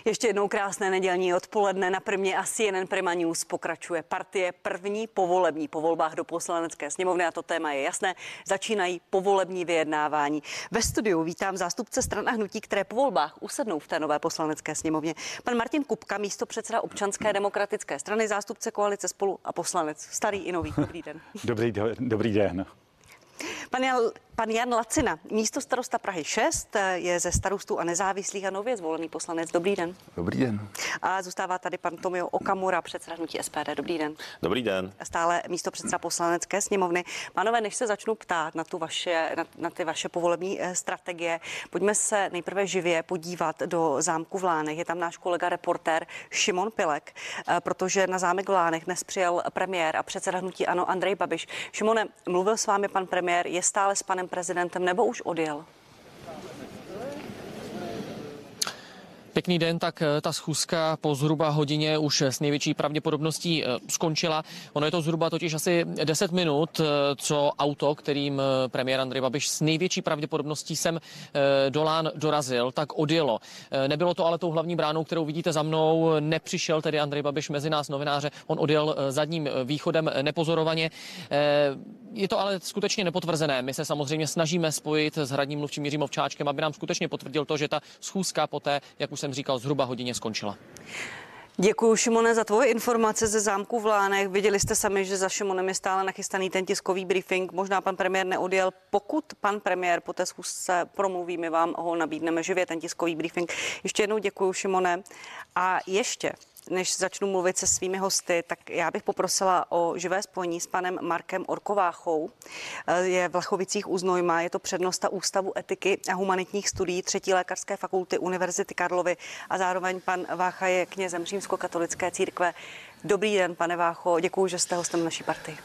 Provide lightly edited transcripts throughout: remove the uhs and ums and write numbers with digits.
Ještě jednou krásné nedělní odpoledne. Na Primě a CNN Prima News pokračuje partie první povolební po volbách do Poslanecké sněmovny a to téma je jasné. Začínají povolební vyjednávání. Ve studiu vítám zástupce stran a hnutí, které po volbách usednou v té nové Poslanecké sněmovně. Pan Martin Kupka, místopředseda Občanské demokratické strany, zástupce koalice Spolu a poslanec starý i nový. Dobrý den. Dobrý den. Pan Jan Lacina, místostarosta Prahy 6, je ze Starostů a nezávislých a nově zvolený poslanec. Dobrý den. Dobrý den. A zůstává tady pan Tomio Okamura, předseda hnutí SPD. Dobrý den. Dobrý den. Stále místopředseda Poslanecké sněmovny. Pánové, než se začnu ptát na ty vaše povolební strategie, pojďme se nejprve živě podívat do zámku v Lánech. Je tam náš kolega reportér Šimon Pilek, protože na zámek v Lánech dnes přijel premiér a předseda hnutí ANO Andrej Babiš. Šimone, mluvil s vámi pan premiér, je stále s panem prezidentem nebo už odjel? Pěkný den, tak ta schůzka po zhruba hodině už s největší pravděpodobností skončila. Ono je to zhruba totiž asi 10 minut, co auto, kterým premiér Andrej Babiš s největší pravděpodobností sem do Lán dorazil, tak odjelo. Nebylo to ale tou hlavní bránou, kterou vidíte za mnou, nepřišel tedy Andrej Babiš mezi nás novináře, on odjel zadním východem nepozorovaně. Je to ale skutečně nepotvrzené. My se samozřejmě snažíme spojit s hradním mluvčím Jiřím Ovčáčkem, aby nám skutečně potvrdil to, že ta schůzka poté, jak už jsem říkal, zhruba hodině skončila. Děkuji, Šimone, za tvoje informace ze zámku v Lánech. Viděli jste sami, že za Šimonem je stále nachystaný ten tiskový briefing. Možná pan premiér neodjel. Pokud pan premiér po té schůzce promluví, my vám ho nabídneme živě, ten tiskový briefing. Ještě jednou děkuji, Šimone. A ještě než začnu mluvit se svými hosty, tak já bych poprosila o živé spojení s panem Markem Orkováchou. Je v Vlachovicích u Znojma, je to přednosta Ústavu etiky a humanitních studií 3. lékařské fakulty Univerzity Karlovy a zároveň pan Vácha je knězem římskokatolické církve. Dobrý den, pane Vácho, děkuji, že jste hostem naší partii.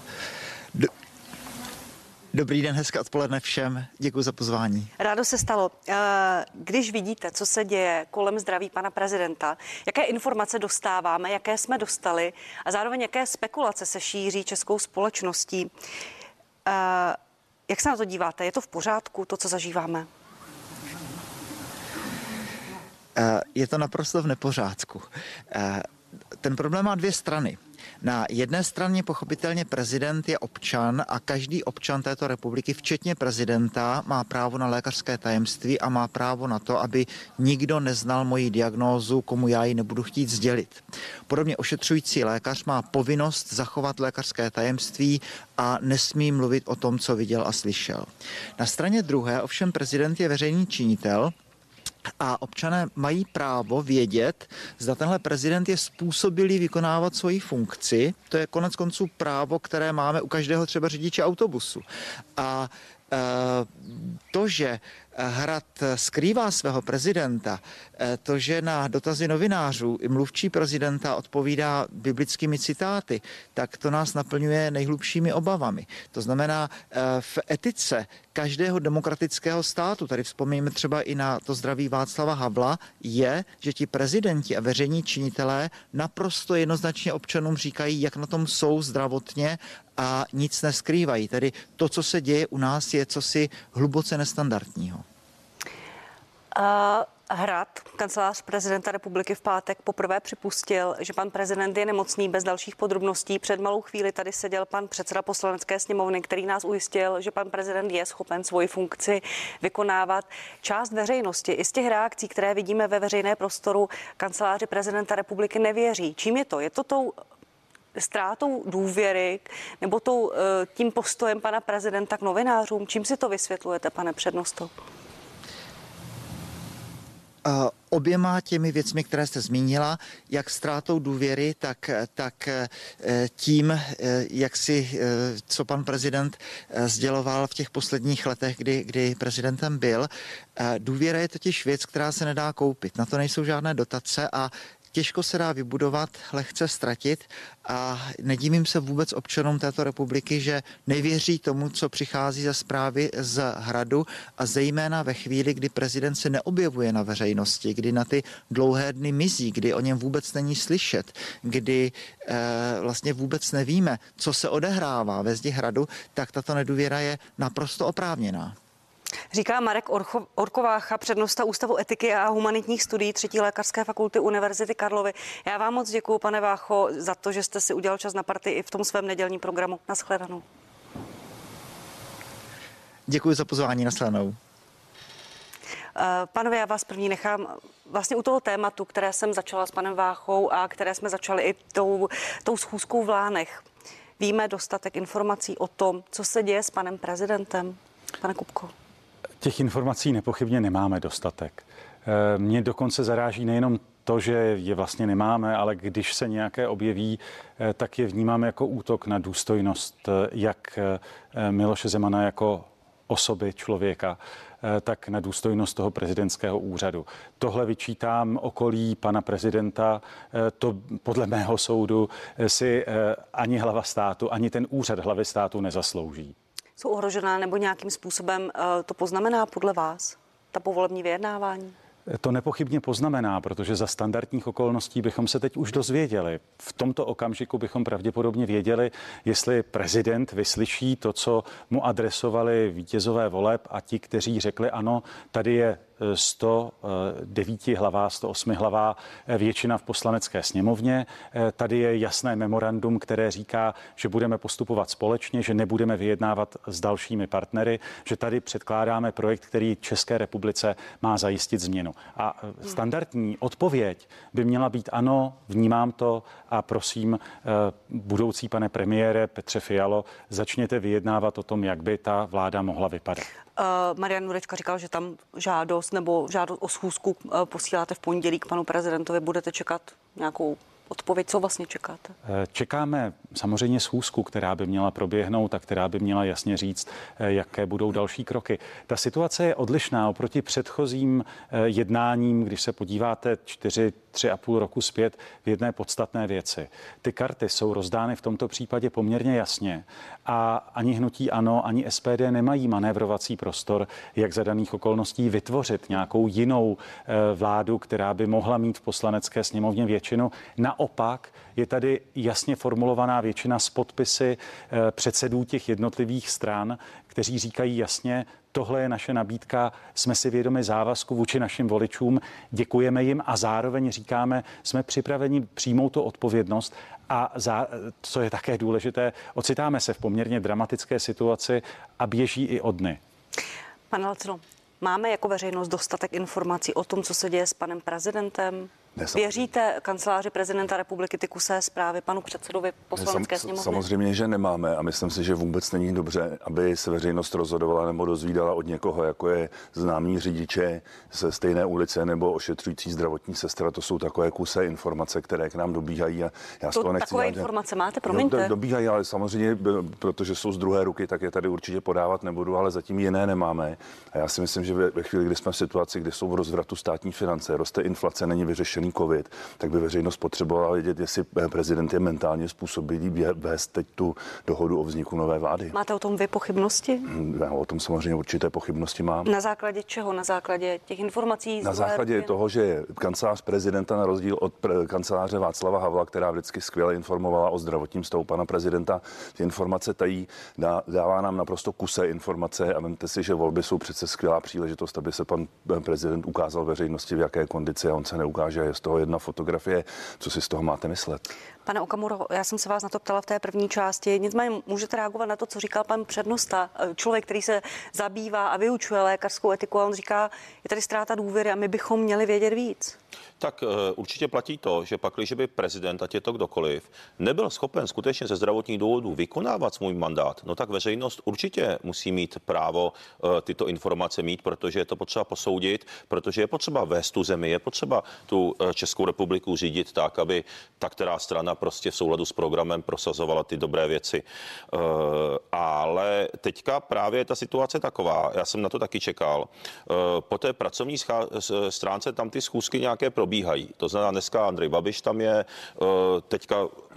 Dobrý den, hezké odpoledne všem. Děkuji za pozvání. Rádo se stalo. Když vidíte, co se děje kolem zdraví pana prezidenta, jaké informace dostáváme, jaké jsme dostali a zároveň jaké spekulace se šíří českou společností, jak se na to díváte? Je to v pořádku, to, co zažíváme? Je to naprosto v nepořádku. Ten problém má dvě strany. Na jedné straně pochopitelně prezident je občan a každý občan této republiky, včetně prezidenta, má právo na lékařské tajemství a má právo na to, aby nikdo neznal moji diagnózu, komu já ji nebudu chtít sdělit. Podobně ošetřující lékař má povinnost zachovat lékařské tajemství a nesmí mluvit o tom, co viděl a slyšel. Na straně druhé ovšem prezident je veřejný činitel a občané mají právo vědět, zda tenhle prezident je způsobilý vykonávat svoji funkci. To je konec konců právo, které máme u každého třeba řidiče autobusu. A to, že Hrad skrývá svého prezidenta, to, že na dotazy novinářů i mluvčí prezidenta odpovídá biblickými citáty, tak to nás naplňuje nejhlubšími obavami. To znamená, v etice každého demokratického státu, tady vzpomínáme třeba i na to zdraví Václava Havla, je, že ti prezidenti a veřejní činitelé naprosto jednoznačně občanům říkají, jak na tom jsou zdravotně a nic neskrývají. Tedy to, co se děje u nás, je cosi hluboce nestandardního. Hrad, kancelář prezidenta republiky v pátek poprvé připustil, že pan prezident je nemocný bez dalších podrobností. Před malou chvíli tady seděl pan předseda Poslanecké sněmovny, který nás ujistil, že pan prezident je schopen svoji funkci vykonávat. Část veřejnosti i z těch reakcí, které vidíme ve veřejné prostoru, kanceláři prezidenta republiky nevěří. Čím je to? Je to tou ztrátou důvěry nebo tím postojem pana prezidenta k novinářům? Čím si to vysvětlujete, pane přednosto? Oběma těmi věcmi, které jste zmínila, jak ztrátou důvěry, tak tím, co pan prezident sděloval v těch posledních letech, kdy prezidentem byl. Důvěra je totiž věc, která se nedá koupit. Na to nejsou žádné dotace a těžko se dá vybudovat, lehce ztratit a nedivím se vůbec občanům této republiky, že nevěří tomu, co přichází ze zprávy z Hradu a zejména ve chvíli, kdy prezident se neobjevuje na veřejnosti, kdy na ty dlouhé dny mizí, kdy o něm vůbec není slyšet, kdy vlastně vůbec nevíme, co se odehrává ve zdi Hradu, tak tato nedůvěra je naprosto oprávněná. Říká Marek Orkovácha, přednosta Ústavu etiky a humanitních studií 3. lékařské fakulty Univerzity Karlovy. Já vám moc děkuju, pane Vácho, za to, že jste si udělal čas na Partii i v tom svém nedělním programu. Naschledanou. Děkuji za pozvání, nashledanou. Panové, já vás první nechám vlastně u toho tématu, které jsem začala s panem Váchou a které jsme začali i tou schůzkou v Lánech. Víme dostatek informací o tom, co se děje s panem prezidentem? Pane Kupko. Těch informací nepochybně nemáme dostatek. Mě dokonce zaráží nejenom to, že je vlastně nemáme, ale když se nějaké objeví, tak je vnímáme jako útok na důstojnost jak Miloše Zemana jako osoby člověka, tak na důstojnost toho prezidentského úřadu. Tohle vyčítám okolí pana prezidenta. To podle mého soudu si ani hlava státu, ani ten úřad hlavy státu nezaslouží. Jsou ohrožená nebo nějakým způsobem to poznamená podle vás, ta povolební vyjednávání? To nepochybně poznamená, protože za standardních okolností bychom se teď už dozvěděli. V tomto okamžiku bychom pravděpodobně věděli, jestli prezident vyslyší to, co mu adresovali vítězové voleb a ti, kteří řekli ano, tady je 109 hlavá, 108 hlavá většina v poslanecké sněmovně. Tady je jasné memorandum, které říká, že budeme postupovat společně, že nebudeme vyjednávat s dalšími partnery, že tady předkládáme projekt, který České republice má zajistit změnu. A standardní odpověď by měla být ano, vnímám to a prosím, budoucí pane premiére Petře Fialo, začněte vyjednávat o tom, jak by ta vláda mohla vypadat. Marian Jurečka říkal, že tam žádost o schůzku posíláte v pondělí k panu prezidentovi. Budete čekat nějakou odpověď? Co vlastně čekáte? Čekáme samozřejmě schůzku, která by měla proběhnout a která by měla jasně říct, jaké budou další kroky. Ta situace je odlišná oproti předchozím jednáním, když se podíváte 3,5 roku zpět v jedné podstatné věci. Ty karty jsou rozdány v tomto případě poměrně jasně a ani hnutí ANO, ani SPD nemají manévrovací prostor, jak za daných okolností vytvořit nějakou jinou vládu, která by mohla mít v poslanecké sněmovně většinu. Naopak je tady jasně formulovaná většina s podpisy předsedů těch jednotlivých stran, kteří říkají jasně, tohle je naše nabídka, jsme si vědomi závazku vůči našim voličům, děkujeme jim a zároveň říkáme, jsme připraveni přijmout tu odpovědnost a co je také důležité, ocitáme se v poměrně dramatické situaci a běží i o dny. Pane Lacino, máme jako veřejnost dostatek informací o tom, co se děje s panem prezidentem? Věříte kanceláři prezidenta republiky ty kusé zprávy panu předsedovi poslanecké sněmovny? Samozřejmě, že nemáme a myslím si, že vůbec není dobře, aby se veřejnost rozhodovala nebo dozvídala od někoho, jako je známý řidiče ze stejné ulice nebo ošetřující zdravotní sestra. To jsou takové kusé informace, které k nám dobíhají. A já to nechci takové informace máte, promiňte. No, dobíhají, ale samozřejmě, protože jsou z druhé ruky, tak je tady určitě podávat nebudu, ale zatím jiné nemáme. A já si myslím, že ve chvíli, kdy jsme v situaci, kdy jsou v rozvratu státní finance, roste inflace, není vyřešený covid, tak by veřejnost potřebovala vědět, jestli prezident je mentálně způsobilý vést teď tu dohodu o vzniku nové vlády. Máte o tom vy pochybnosti? Já o tom samozřejmě určité pochybnosti mám. Na základě čeho? Na základě těch informací? Na základě toho, že kancelář prezidenta na rozdíl od kanceláře Václava Havla, která vždycky skvěle informovala o zdravotním stavu pana prezidenta, ty informace tají, dává nám naprosto kusé informace a vemte si, že volby jsou přece skvělá příležitost, aby se pan prezident ukázal veřejnosti, v jaké kondici, a on se neukáže. Je z toho jedna fotografie. Co si z toho máte myslet? Pane Okamuro, já jsem se vás na to ptala v té první části. Nicméně můžete reagovat na to, co říkal pan přednosta. Člověk, který se zabývá a vyučuje lékařskou etiku, a on říká, je tady ztráta důvěry a my bychom měli vědět víc. Tak určitě platí to, že pak, když by prezident, ať je to kdokoliv, nebyl schopen skutečně ze zdravotních důvodů vykonávat svůj mandát, no tak veřejnost určitě musí mít právo tyto informace mít, protože je to potřeba posoudit, protože je potřeba vést tu zemi, je potřeba tu Českou republiku řídit tak, aby ta která strana prostě v souladu s programem prosazovala ty dobré věci. Ale teďka právě ta situace taková, já jsem na to taky čekal. Po té pracovní stránce tam ty schůzky nějaké probíhají. To znamená, dneska Andrej Babiš tam je, teďka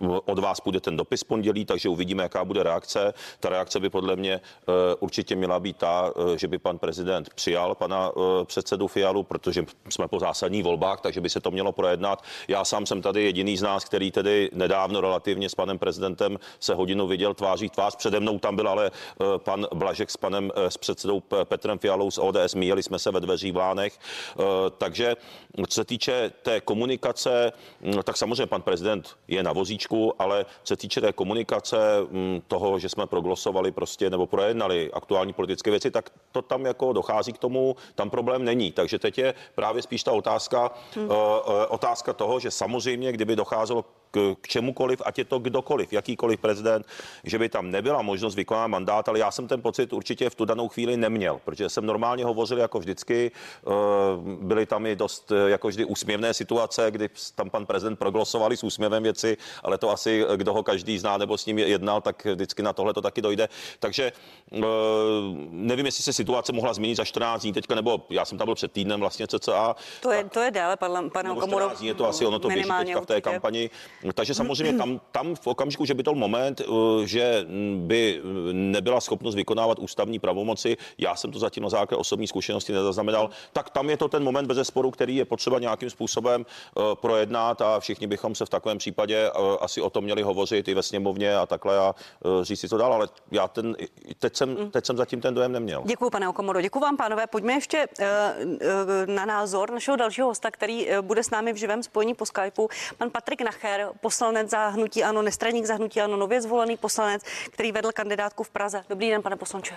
od vás půjde ten dopis pondělí, takže uvidíme, jaká bude reakce. Ta reakce by podle mě určitě měla být ta, že by pan prezident přijal pana předsedu Fialu, protože jsme po zásadních volbách, takže by se to mělo projednat. Já sám jsem tady jediný z nás, který tedy nedávno relativně s panem prezidentem se hodinu viděl tváří tvář. Přede mnou tam byl ale pan Blažek s předsedou Petrem Fialou z ODS, míjeli jsme se ve dveří v Lánech. Takže co se týče té komunikace, tak samozřejmě pan prezident je na vozíčku, ale co se týče té komunikace toho, že jsme proglosovali prostě nebo projednali aktuální politické věci, tak to tam jako dochází k tomu, tam problém není. Takže teď je právě spíš ta otázka toho, že samozřejmě, kdyby docházelo k čemukoliv, ať je to kdokoliv, jakýkoliv prezident, že by tam nebyla možnost vykonat mandát, ale já jsem ten pocit určitě v tu danou chvíli neměl, protože jsem normálně hovořil jako vždycky, byly tam i dost jako vždy úsměvné situace, kdy tam pan prezident proglosovali s úsměvem věci, ale to asi, kdo ho každý zná nebo s ním jednal, tak vždycky na tohle to taky dojde. Takže nevím, jestli se situace mohla změnit za 14 dní teďka, nebo já jsem tam byl před týdnem vlastně cca. To je déle, pane Okamuro. 14 dní je to asi, ono to běží teďka v té kampani. Takže samozřejmě tam v okamžiku, že by to moment, že by nebyla schopnost vykonávat ústavní pravomoci, já jsem to zatím na základě osobní zkušenosti nezaznamenal, tak tam je to ten moment bezesporu, který je potřeba nějakým způsobem projednat a všichni bychom se v takovém případě asi o tom měli hovořit i ve sněmovně a takhle a říct si to dál, ale já teď jsem zatím ten dojem neměl. Děkuji, pane Okamuro. Děkuji vám, pánové. Pojďme ještě na názor našeho dalšího hosta, který bude s námi v živém spojení po Skypeu, pan Patrik Nacher, poslanec za hnutí ANO, nestraník za hnutí ANO, nově zvolený poslanec, který vedl kandidátku v Praze. Dobrý den, pane poslanče.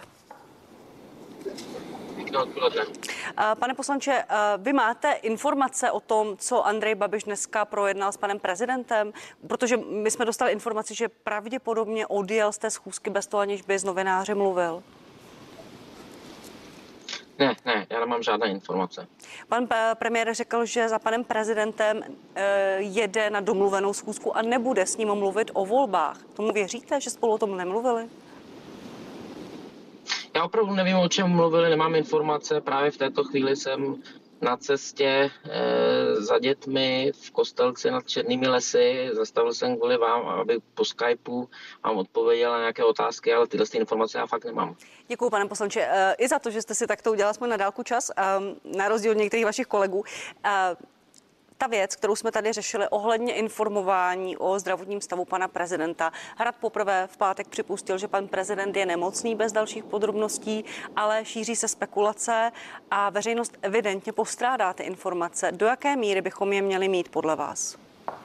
Pane poslanče, vy máte informace o tom, co Andrej Babiš dneska projednal s panem prezidentem? Protože my jsme dostali informaci, že pravděpodobně odjel z té schůzky bez toho, aniž by s novináři mluvil. Ne, já nemám žádné informace. Pan premiér řekl, že za panem prezidentem jede na domluvenou schůzku a nebude s ním mluvit o volbách. Tomu věříte, že spolu o tom nemluvili? Já opravdu nevím, o čem mluvili, nemám informace. Právě v této chvíli jsem na cestě za dětmi v Kostelci nad Černými lesy. Zastavil jsem kvůli vám, aby po Skypeu vám odpověděl na nějaké otázky, ale tyhle informace já fakt nemám. Děkuji, pane poslanče, i za to, že jste si takto udělal aspoň na dálku čas, na rozdíl od některých vašich kolegů. Ta věc, kterou jsme tady řešili ohledně informování o zdravotním stavu pana prezidenta. Hrad poprvé v pátek připustil, že pan prezident je nemocný bez dalších podrobností, ale šíří se spekulace a veřejnost evidentně postrádá ty informace. Do jaké míry bychom je měli mít podle vás?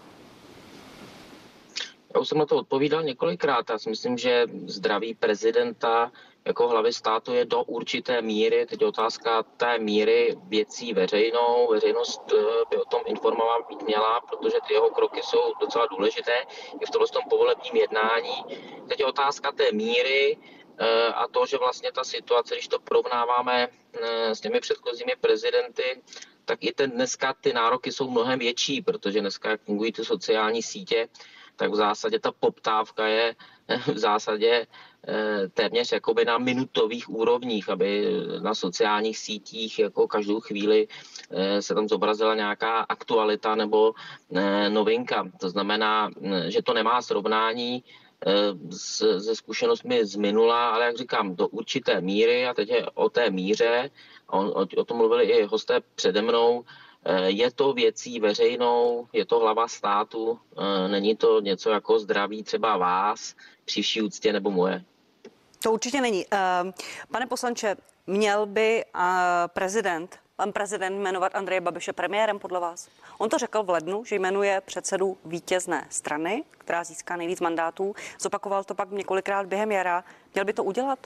Já už jsem na to odpovídal několikrát. Já si myslím, že zdraví prezidenta jako hlavy státu je do určité míry, teď je otázka té míry věcí veřejnost by o tom informovat být měla, protože ty jeho kroky jsou docela důležité i v tomto povolebním jednání. Teď je otázka té míry a to, že vlastně ta situace, když to porovnáváme s těmi předchozími prezidenty, tak i dneska ty nároky jsou mnohem větší, protože dneska, jak fungují ty sociální sítě, tak v zásadě ta poptávka je v zásadě téměř jakoby na minutových úrovních, aby na sociálních sítích jako každou chvíli se tam zobrazila nějaká aktualita nebo novinka. To znamená, že to nemá srovnání se zkušenostmi z minula, ale jak říkám, do určité míry, a teď je o té míře, o tom mluvili i hosté přede mnou, je to věcí veřejnou, je to hlava státu, není to něco jako zdraví třeba vás, při vší úctě nebo moje. To určitě není. Pane poslanče, měl by pan prezident jmenovat Andreje Babiše premiérem podle vás? On to řekl v lednu, že jmenuje předsedu vítězné strany, která získá nejvíc mandátů. Zopakoval to pak několikrát během jara. Měl by to udělat?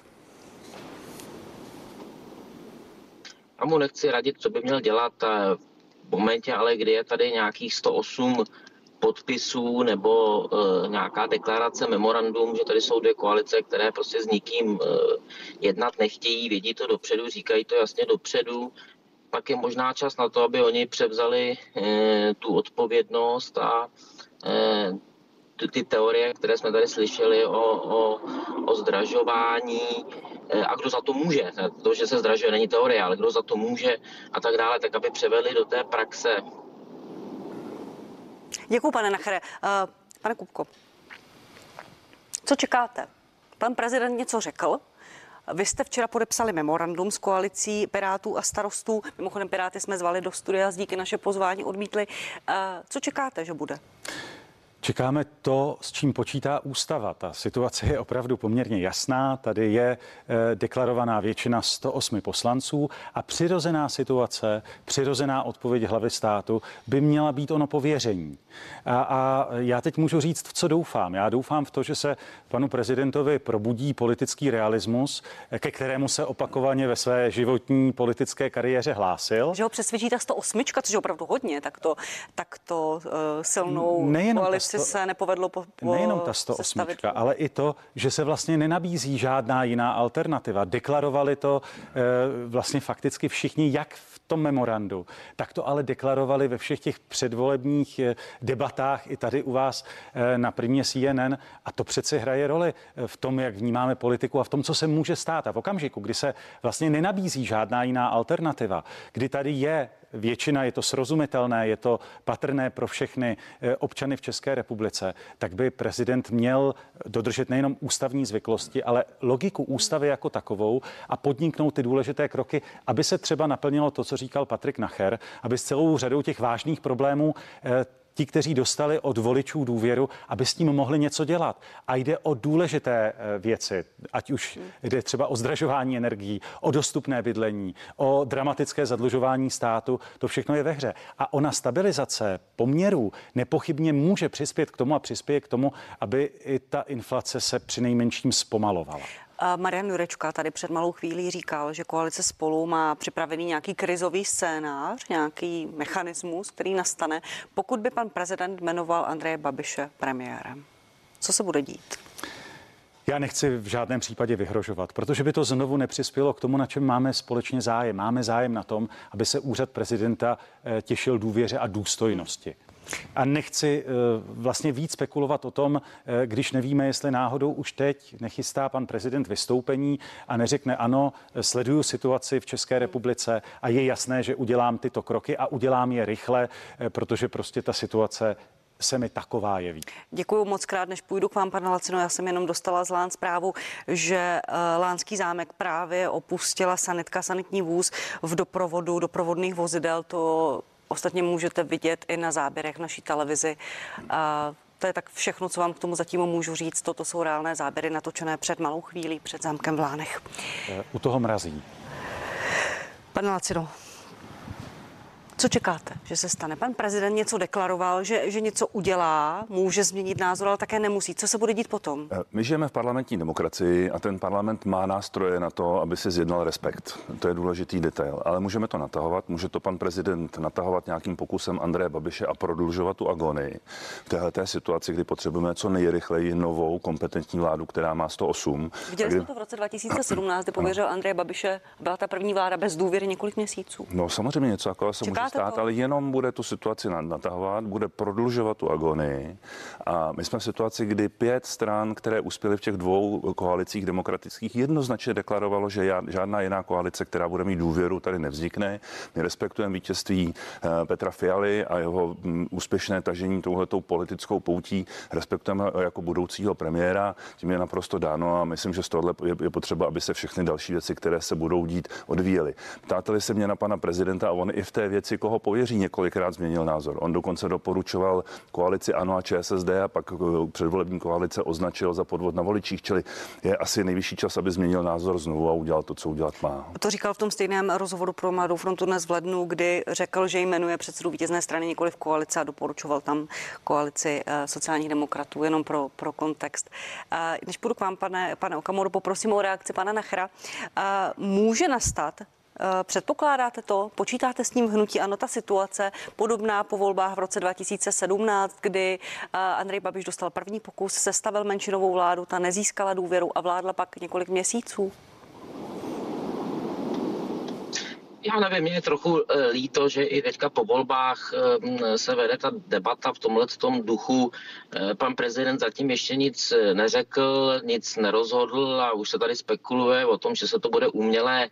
Já mu nechci radit, co by měl dělat v momentě, ale kdy je tady nějakých 108 podpisů nebo nějaká deklarace, memorandum, že tady jsou dvě koalice, které prostě s nikým jednat nechtějí, vědí to dopředu, říkají to jasně dopředu, pak je možná čas na to, aby oni převzali tu odpovědnost a ty teorie, které jsme tady slyšeli o zdražování a kdo za to může. To, že se zdražuje, není teorie, ale kdo za to může a tak dále, tak aby převedli do té praxe. Děkuji, pane Nachere. Pane Kupko, co čekáte? Pan prezident něco řekl. Vy jste včera podepsali memorandum s koalicí Pirátů a Starostů. Mimochodem Piráty jsme zvali do studia, díky naše pozvání odmítli. Co čekáte, že bude? Čekáme to, s čím počítá ústava. Ta situace je opravdu poměrně jasná. Tady je deklarovaná většina 108 poslanců a přirozená situace, přirozená odpověď hlavy státu by měla být ono pověření. A já teď můžu říct, v co doufám. Já doufám v to, že se panu prezidentovi probudí politický realismus, ke kterému se opakovaně ve své životní politické kariéře hlásil. Že ho přesvědčí ta 108, což je opravdu hodně, takto silnou koalici se nepovedlo nejenom ta 108, ale i to, že se vlastně nenabízí žádná jiná alternativa. Deklarovali to vlastně fakticky všichni, jak v tom memorandu, tak to ale deklarovali ve všech těch předvolebních debatách i tady u vás na Primě CNN a to přece hraje roli v tom, jak vnímáme politiku a v tom, co se může stát. A v okamžiku, kdy se vlastně nenabízí žádná jiná alternativa, kdy tady je většina, je to srozumitelné, je to patrné pro všechny občany v České republice, tak by prezident měl dodržet nejenom ústavní zvyklosti, ale logiku ústavy jako takovou a podniknout ty důležité kroky, aby se třeba naplnilo to, co říkal Patrik Nacher, aby s celou řadou těch vážných problémů ti, kteří dostali od voličů důvěru, aby s tím mohli něco dělat. A jde o důležité věci, ať už jde třeba o zdražování energií, o dostupné bydlení, o dramatické zadlužování státu, to všechno je ve hře. A ona stabilizace poměrů nepochybně může přispět k tomu a přispěje k tomu, aby i ta inflace se přinejmenším zpomalovala. Marian Jurečka tady před malou chvílí říkal, že koalice Spolu má připravený nějaký krizový scénář, nějaký mechanismus, který nastane, pokud by pan prezident jmenoval Andreje Babiše premiérem. Co se bude dít? Já nechci v žádném případě vyhrožovat, protože by to znovu nepřispělo k tomu, na čem máme společně zájem. Máme zájem na tom, aby se úřad prezidenta těšil důvěře a důstojnosti. A nechci vlastně víc spekulovat o tom, když nevíme, jestli náhodou už teď nechystá pan prezident vystoupení a neřekne ano, sleduju situaci v České republice a je jasné, že udělám tyto kroky a udělám je rychle, protože prostě ta situace se mi taková jeví. Děkuju moc krát, než půjdu k vám, pane Lacino. Já jsem jenom dostala z Lán zprávu, že Lánský zámek právě opustila sanitka, sanitní vůz v doprovodu doprovodných vozidel. To ostatně můžete vidět i na záběrech v naší televizi. To je tak všechno, co vám k tomu zatím můžu říct. Toto jsou reálné záběry natočené před malou chvílí před zámkem v Lánech. U toho mrazí. Pane Lacino, co čekáte, že se stane? Pan prezident něco deklaroval, že něco udělá, může změnit názor, ale také nemusí. Co se bude dít potom? My žijeme v parlamentní demokracii a ten parlament má nástroje na to, aby si zjednal respekt. To je důležitý detail, ale můžeme to natahovat. Může to pan prezident natahovat nějakým pokusem Andreje Babiše a prodlužovat tu agonii. V téhleté situaci, kdy potřebujeme co nejrychleji novou kompetentní vládu, která má 108. Viděli jsme to v roce 2017, kdy pověřil Andreje Babiše, byla ta první vláda bez důvěry několik měsíců. No samozřejmě něco takového se může stát, ale jenom bude tu situaci natahovat, bude prodlužovat tu agonii. A my jsme v situaci, kdy 5 stran, které uspěly v těch 2 koalicích demokratických, jednoznačně deklarovalo, že žádná jiná koalice, která bude mít důvěru, tady nevznikne. My respektujeme vítězství Petra Fialy a jeho úspěšné tažení touhletou politickou poutí. Respektujeme jako budoucího premiéra. Tím je naprosto dáno a myslím, že z tohohle je potřeba, aby se všechny další věci, které se budou dít, odvíjely. Ptáteli se mě na pana prezidenta a on i v té věci, koho pověří, několikrát změnil názor. On dokonce doporučoval koalici ANO a ČSSD a pak předvolební koalice označil za podvod na voličích, čili je asi nejvyšší čas, aby změnil názor znovu a udělal to, co udělat má. To říkal v tom stejném rozhovoru pro Mladou frontu dnes v lednu, kdy řekl, že jmenuje předsedu vítězné strany nikoliv koalice a doporučoval tam koalici sociálních demokratů, jenom pro kontext. Než půjdu k vám, pane Okamuro, poprosím o reakci pana Nachera. Může nastat, předpokládáte to, počítáte s tím v hnutí ANO, ta situace podobná po volbách v roce 2017, kdy Andrej Babiš dostal první pokus, sestavil menšinovou vládu, ta nezískala důvěru a vládla pak několik měsíců? Já nevím, mě je trochu líto, že i teďka po volbách se vede ta debata v tomhletom duchu. Pan prezident zatím ještě nic neřekl, nic nerozhodl a už se tady spekuluje o tom, že se to bude uměle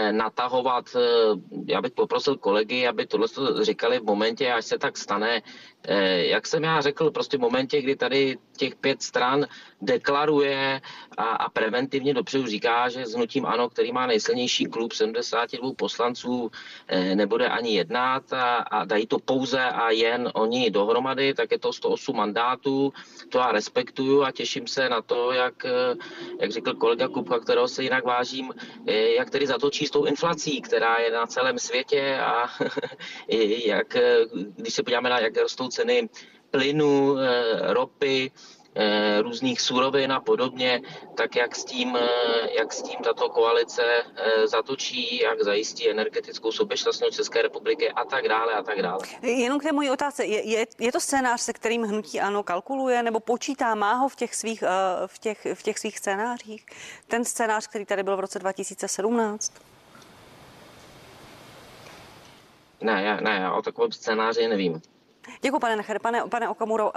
natahovat. Já bych poprosil kolegy, aby tohle říkali v momentě, až se tak stane. Jak jsem já řekl, prostě v momentě, kdy tady těch 5 stran deklaruje a preventivně dopředu říká, že s hnutím ANO, který má nejsilnější klub 72 poslanců, nebude ani jednat a dají to pouze a jen oni dohromady, tak je to 108 mandátů. To já respektuju a těším se na to, jak řekl kolega Kupka, kterého se jinak vážím, jak tedy zatočí s tou inflací, která je na celém světě a jak, když se podíváme na jak rostou ceny plynu, ropy, různých surovin a podobně, tak jak s tím tato koalice zatočí, jak zajistí energetickou soběstačnost České republiky a tak dále a tak dále. Jenom k té mojí otázce. Je to scénář, se kterým hnutí ANO kalkuluje nebo počítá, má ho v těch svých scénářích? Ten scénář, který tady byl v roce 2017? Ne, já o takovém scénáři nevím. Děkuji, pane Nacher. Pane Okamuro,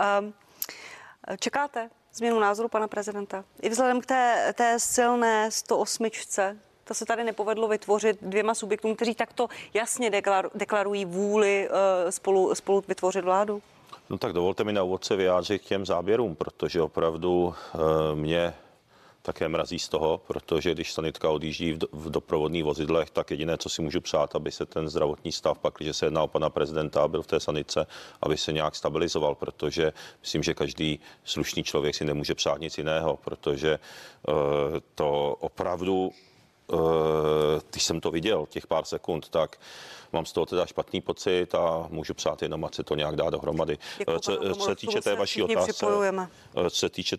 čekáte změnu názoru pana prezidenta? I vzhledem k té silné 108. To se tady nepovedlo vytvořit dvěma subjektům, kteří takto jasně deklarují vůli spolu vytvořit vládu? No tak dovolte mi na úvod se vyjádřit k těm záběrům, protože opravdu mě také mrazí z toho, protože když sanitka odjíždí v doprovodných vozidlech, tak jediné, co si můžu přát, aby se ten zdravotní stav, pak, když se jedná o pana prezidenta a byl v té sanitce, aby se nějak stabilizoval, protože myslím, že každý slušný člověk si nemůže přát nic jiného, protože to opravdu, když jsem to viděl, těch pár sekund, tak mám z toho teda špatný pocit a můžu přát jenom, ať se to nějak dá dohromady. Co se týče té vaší otázky, co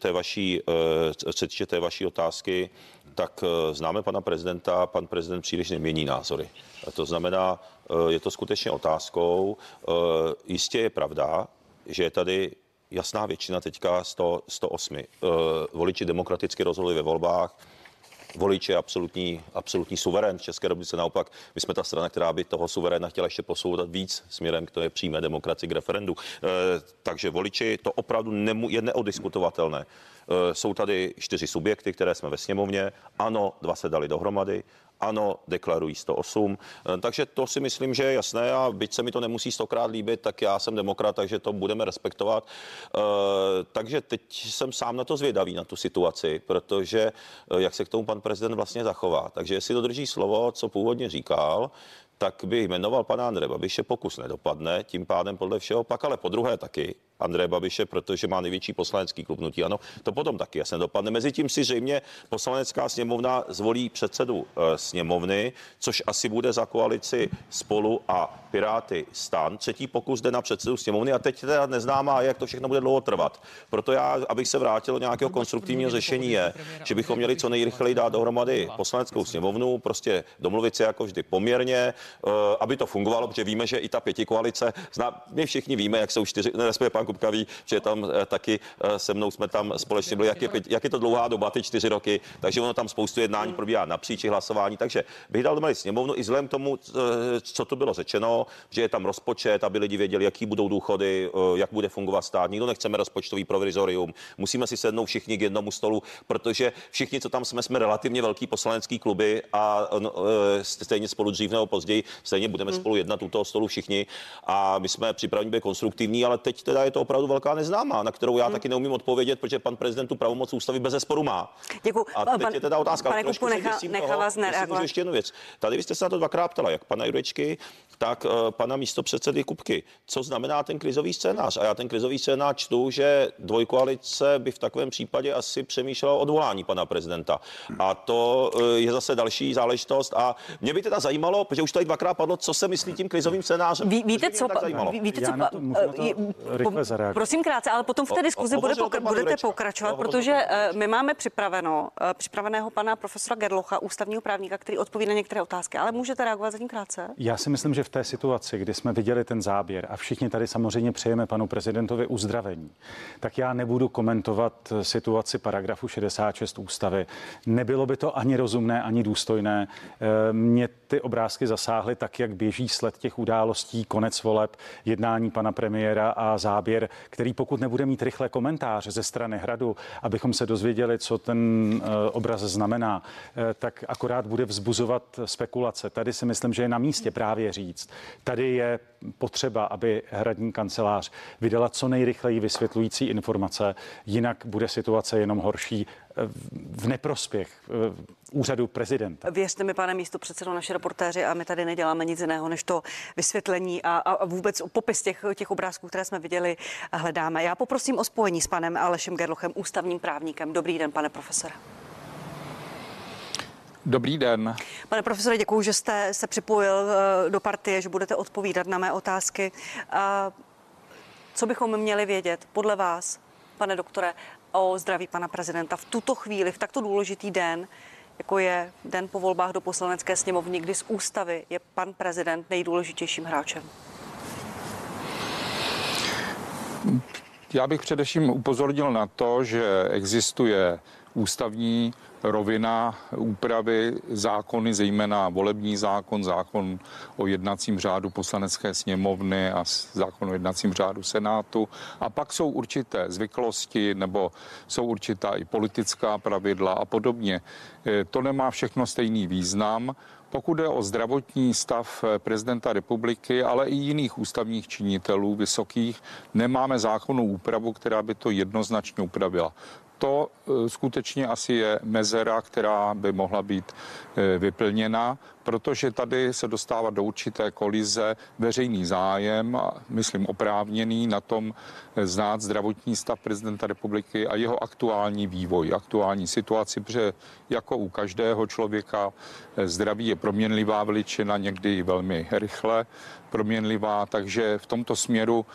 se týče té vaší otázky, tak známe pana prezidenta, pan prezident příliš nemění názory. To znamená, je to skutečně otázkou. Jistě je pravda, že je tady jasná většina teďka 108. Voliči demokraticky rozhodli ve volbách. Volič je absolutní suverén v České republice. Naopak, my jsme ta strana, která by toho suveréna chtěla ještě posouvat víc směrem k té přímé demokracii, k referendu. Takže voliči, to opravdu je neodiskutovatelné. Jsou tady 4 subjekty, které jsme ve sněmovně. Ano, 2 se dali dohromady. Ano, deklarují 108, takže to si myslím, že je jasné a byť se mi to nemusí 100krát líbit, tak já jsem demokrat, takže to budeme respektovat. Takže teď jsem sám na to zvědavý, na tu situaci, protože jak se k tomu pan prezident vlastně zachová. Takže jestli dodrží slovo, co původně říkal, tak by jmenoval pana Andreje Babiše, pokus nedopadne, tím pádem podle všeho pak, ale po druhé taky Andreje Babiše, protože má největší poslanecký klub hnutí ANO, to potom taky jasně dopadne. Mezitím si zřejmě poslanecká sněmovna zvolí předsedu sněmovny, což asi bude za koalici Spolu a Piráty STAN. Třetí pokus jde na předsedu sněmovny a teď teda neznámá, jak to všechno bude dlouho trvat. Proto já, abych se vrátil do nějakého konstruktivního řešení, je, že bychom měli co nejrychleji dát dohromady poslaneckou sněmovnu, prostě domluvit se jako vždy poměrně, aby to fungovalo, protože víme, že i ta pětikoalice, my všichni víme, jak jsou 4, respektive pan Kupka ví, že tam taky se mnou jsme tam společně byli, jak je to dlouhá doba, ty 4 roky, takže ono tam spoustu jednání probíhá napříč hlasování, takže bych dal dohromady sněmovnu i vzhledem k tomu, co tu bylo řečeno, že je tam rozpočet, aby lidi věděli, jaký budou důchody, jak bude fungovat stát. Nikdo nechceme rozpočtový provizorium. Musíme si sednout všichni k jednomu stolu, protože všichni, co tam jsme relativně velký poslanecký kluby a stejně spolu dřív nebo později, stejně budeme spolu jednat u toho stolu všichni a my jsme připraveni být konstruktivní, ale teď teda je to opravdu velká neznámá, na kterou já taky neumím odpovědět, protože pan prezident tu pravomoc ústavy bezesporu má. Děkuji. A teď je teda otázka. Pane Kupku, nechá vás nereagovat. Ještě jednu věc. Tady vy jste se na to 2krát ptala, jak pana Jurečky, tak pana místopředsedy Kupky. Co znamená ten krizový scénář? A já ten krizový scénář čtu, že dvojkoalice by v takovém případě asi přemýšlela o odvolání pana prezidenta. A to je zase další záležitost. A mě by teda zajímalo, protože už tady 2krát padlo, co se myslí tím krizovým scénářem. Víte, co prosím krátce, ale potom v té diskuzi budete pokračovat, protože my máme připraveného pana profesora Gerlocha, ústavního právníka, který odpoví na některé otázky, ale můžete reagovat zatím krátce? Já si myslím, že v té situaci, kdy jsme viděli ten záběr a všichni tady samozřejmě přejeme panu prezidentovi uzdravení, tak já nebudu komentovat situaci paragrafu 66 ústavy. Nebylo by to ani rozumné, ani důstojné. Mě ty obrázky zasáhly tak, jak běží sled těch událostí, konec voleb, jednání pana premiéra a záběr, který pokud nebude mít rychle komentář ze strany Hradu, abychom se dozvěděli, co ten obraz znamená, tak akorát bude vzbuzovat spekulace. Tady si myslím, že je na místě právě říct. Tady je potřeba, aby hradní kancelář vydala co nejrychleji vysvětlující informace, jinak bude situace jenom horší v neprospěch úřadu prezidenta. Věřte mi, pane místopředsedo, naši reportéři, a my tady neděláme nic jiného, než to vysvětlení a vůbec popis těch obrázků, které jsme viděli, hledáme. Já poprosím o spojení s panem Alešem Gerlochem, ústavním právníkem. Dobrý den, pane profesore. Dobrý den. Pane profesore, děkuji, že jste se připojil do partie, že budete odpovídat na mé otázky. Co bychom měli vědět podle vás, pane doktore, o zdraví pana prezidenta v tuto chvíli, v takto důležitý den, jako je den po volbách do Poslanecké sněmovny, kdy z ústavy je pan prezident nejdůležitějším hráčem? Já bych především upozornil na to, že existuje ústavní rovina úpravy zákony, zejména volební zákon, zákon o jednacím řádu Poslanecké sněmovny a zákon o jednacím řádu Senátu. A pak jsou určité zvyklosti nebo jsou určitá i politická pravidla a podobně. To nemá všechno stejný význam. Pokud jde o zdravotní stav prezidenta republiky, ale i jiných ústavních činitelů vysokých, nemáme zákonnou úpravu, která by to jednoznačně upravila. To skutečně asi je mezera, která by mohla být vyplněna, protože tady se dostává do určité kolize veřejný zájem, a myslím oprávněný, na tom znát zdravotní stav prezidenta republiky a jeho aktuální vývoj, aktuální situaci, protože jako u každého člověka zdraví je proměnlivá veličina, někdy velmi rychle proměnlivá, takže v tomto směru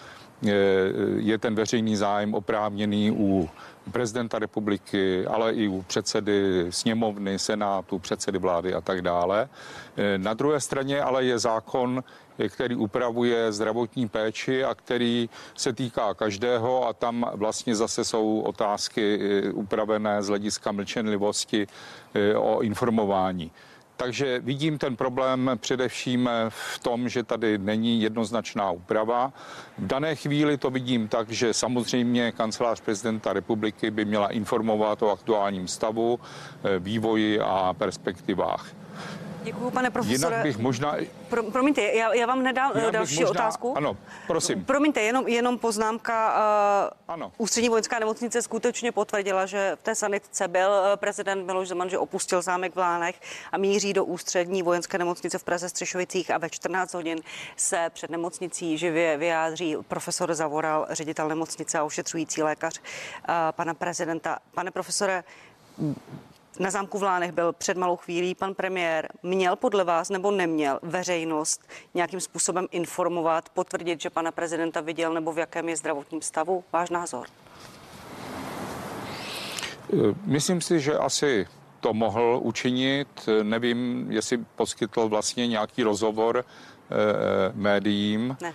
je ten veřejný zájem oprávněný u prezidenta republiky, ale i u předsedy sněmovny, senátu, předsedy vlády a tak dále. Na druhé straně ale je zákon, který upravuje zdravotní péči a který se týká každého a tam vlastně zase jsou otázky upravené z hlediska mlčenlivosti o informování. Takže vidím ten problém především v tom, že tady není jednoznačná úprava. V dané chvíli to vidím tak, že samozřejmě kancelář prezidenta republiky by měla informovat o aktuálním stavu, vývoji a perspektivách. Děkuji, pane profesore. Jinak bych možná... Promiňte, já vám nedám další otázku. Ano, prosím. Promiňte, jenom poznámka. Ano. Ústřední vojenská nemocnice skutečně potvrdila, že v té sanitce byl prezident Miloš Zeman, že opustil zámek v Lánech a míří do ústřední vojenské nemocnice v Praze Střešovicích a ve 14 hodin se před nemocnicí živě vyjádří profesor Zavoral, ředitel nemocnice a ošetřující lékař pana prezidenta. Pane profesore, na zámku v Lánech byl před malou chvílí pan premiér. Měl podle vás nebo neměl veřejnost nějakým způsobem informovat, potvrdit, že pana prezidenta viděl nebo v jakém je zdravotním stavu? Váš názor? Myslím si, že asi to mohl učinit. Nevím, jestli poskytl vlastně nějaký rozhovor médiím. Ne.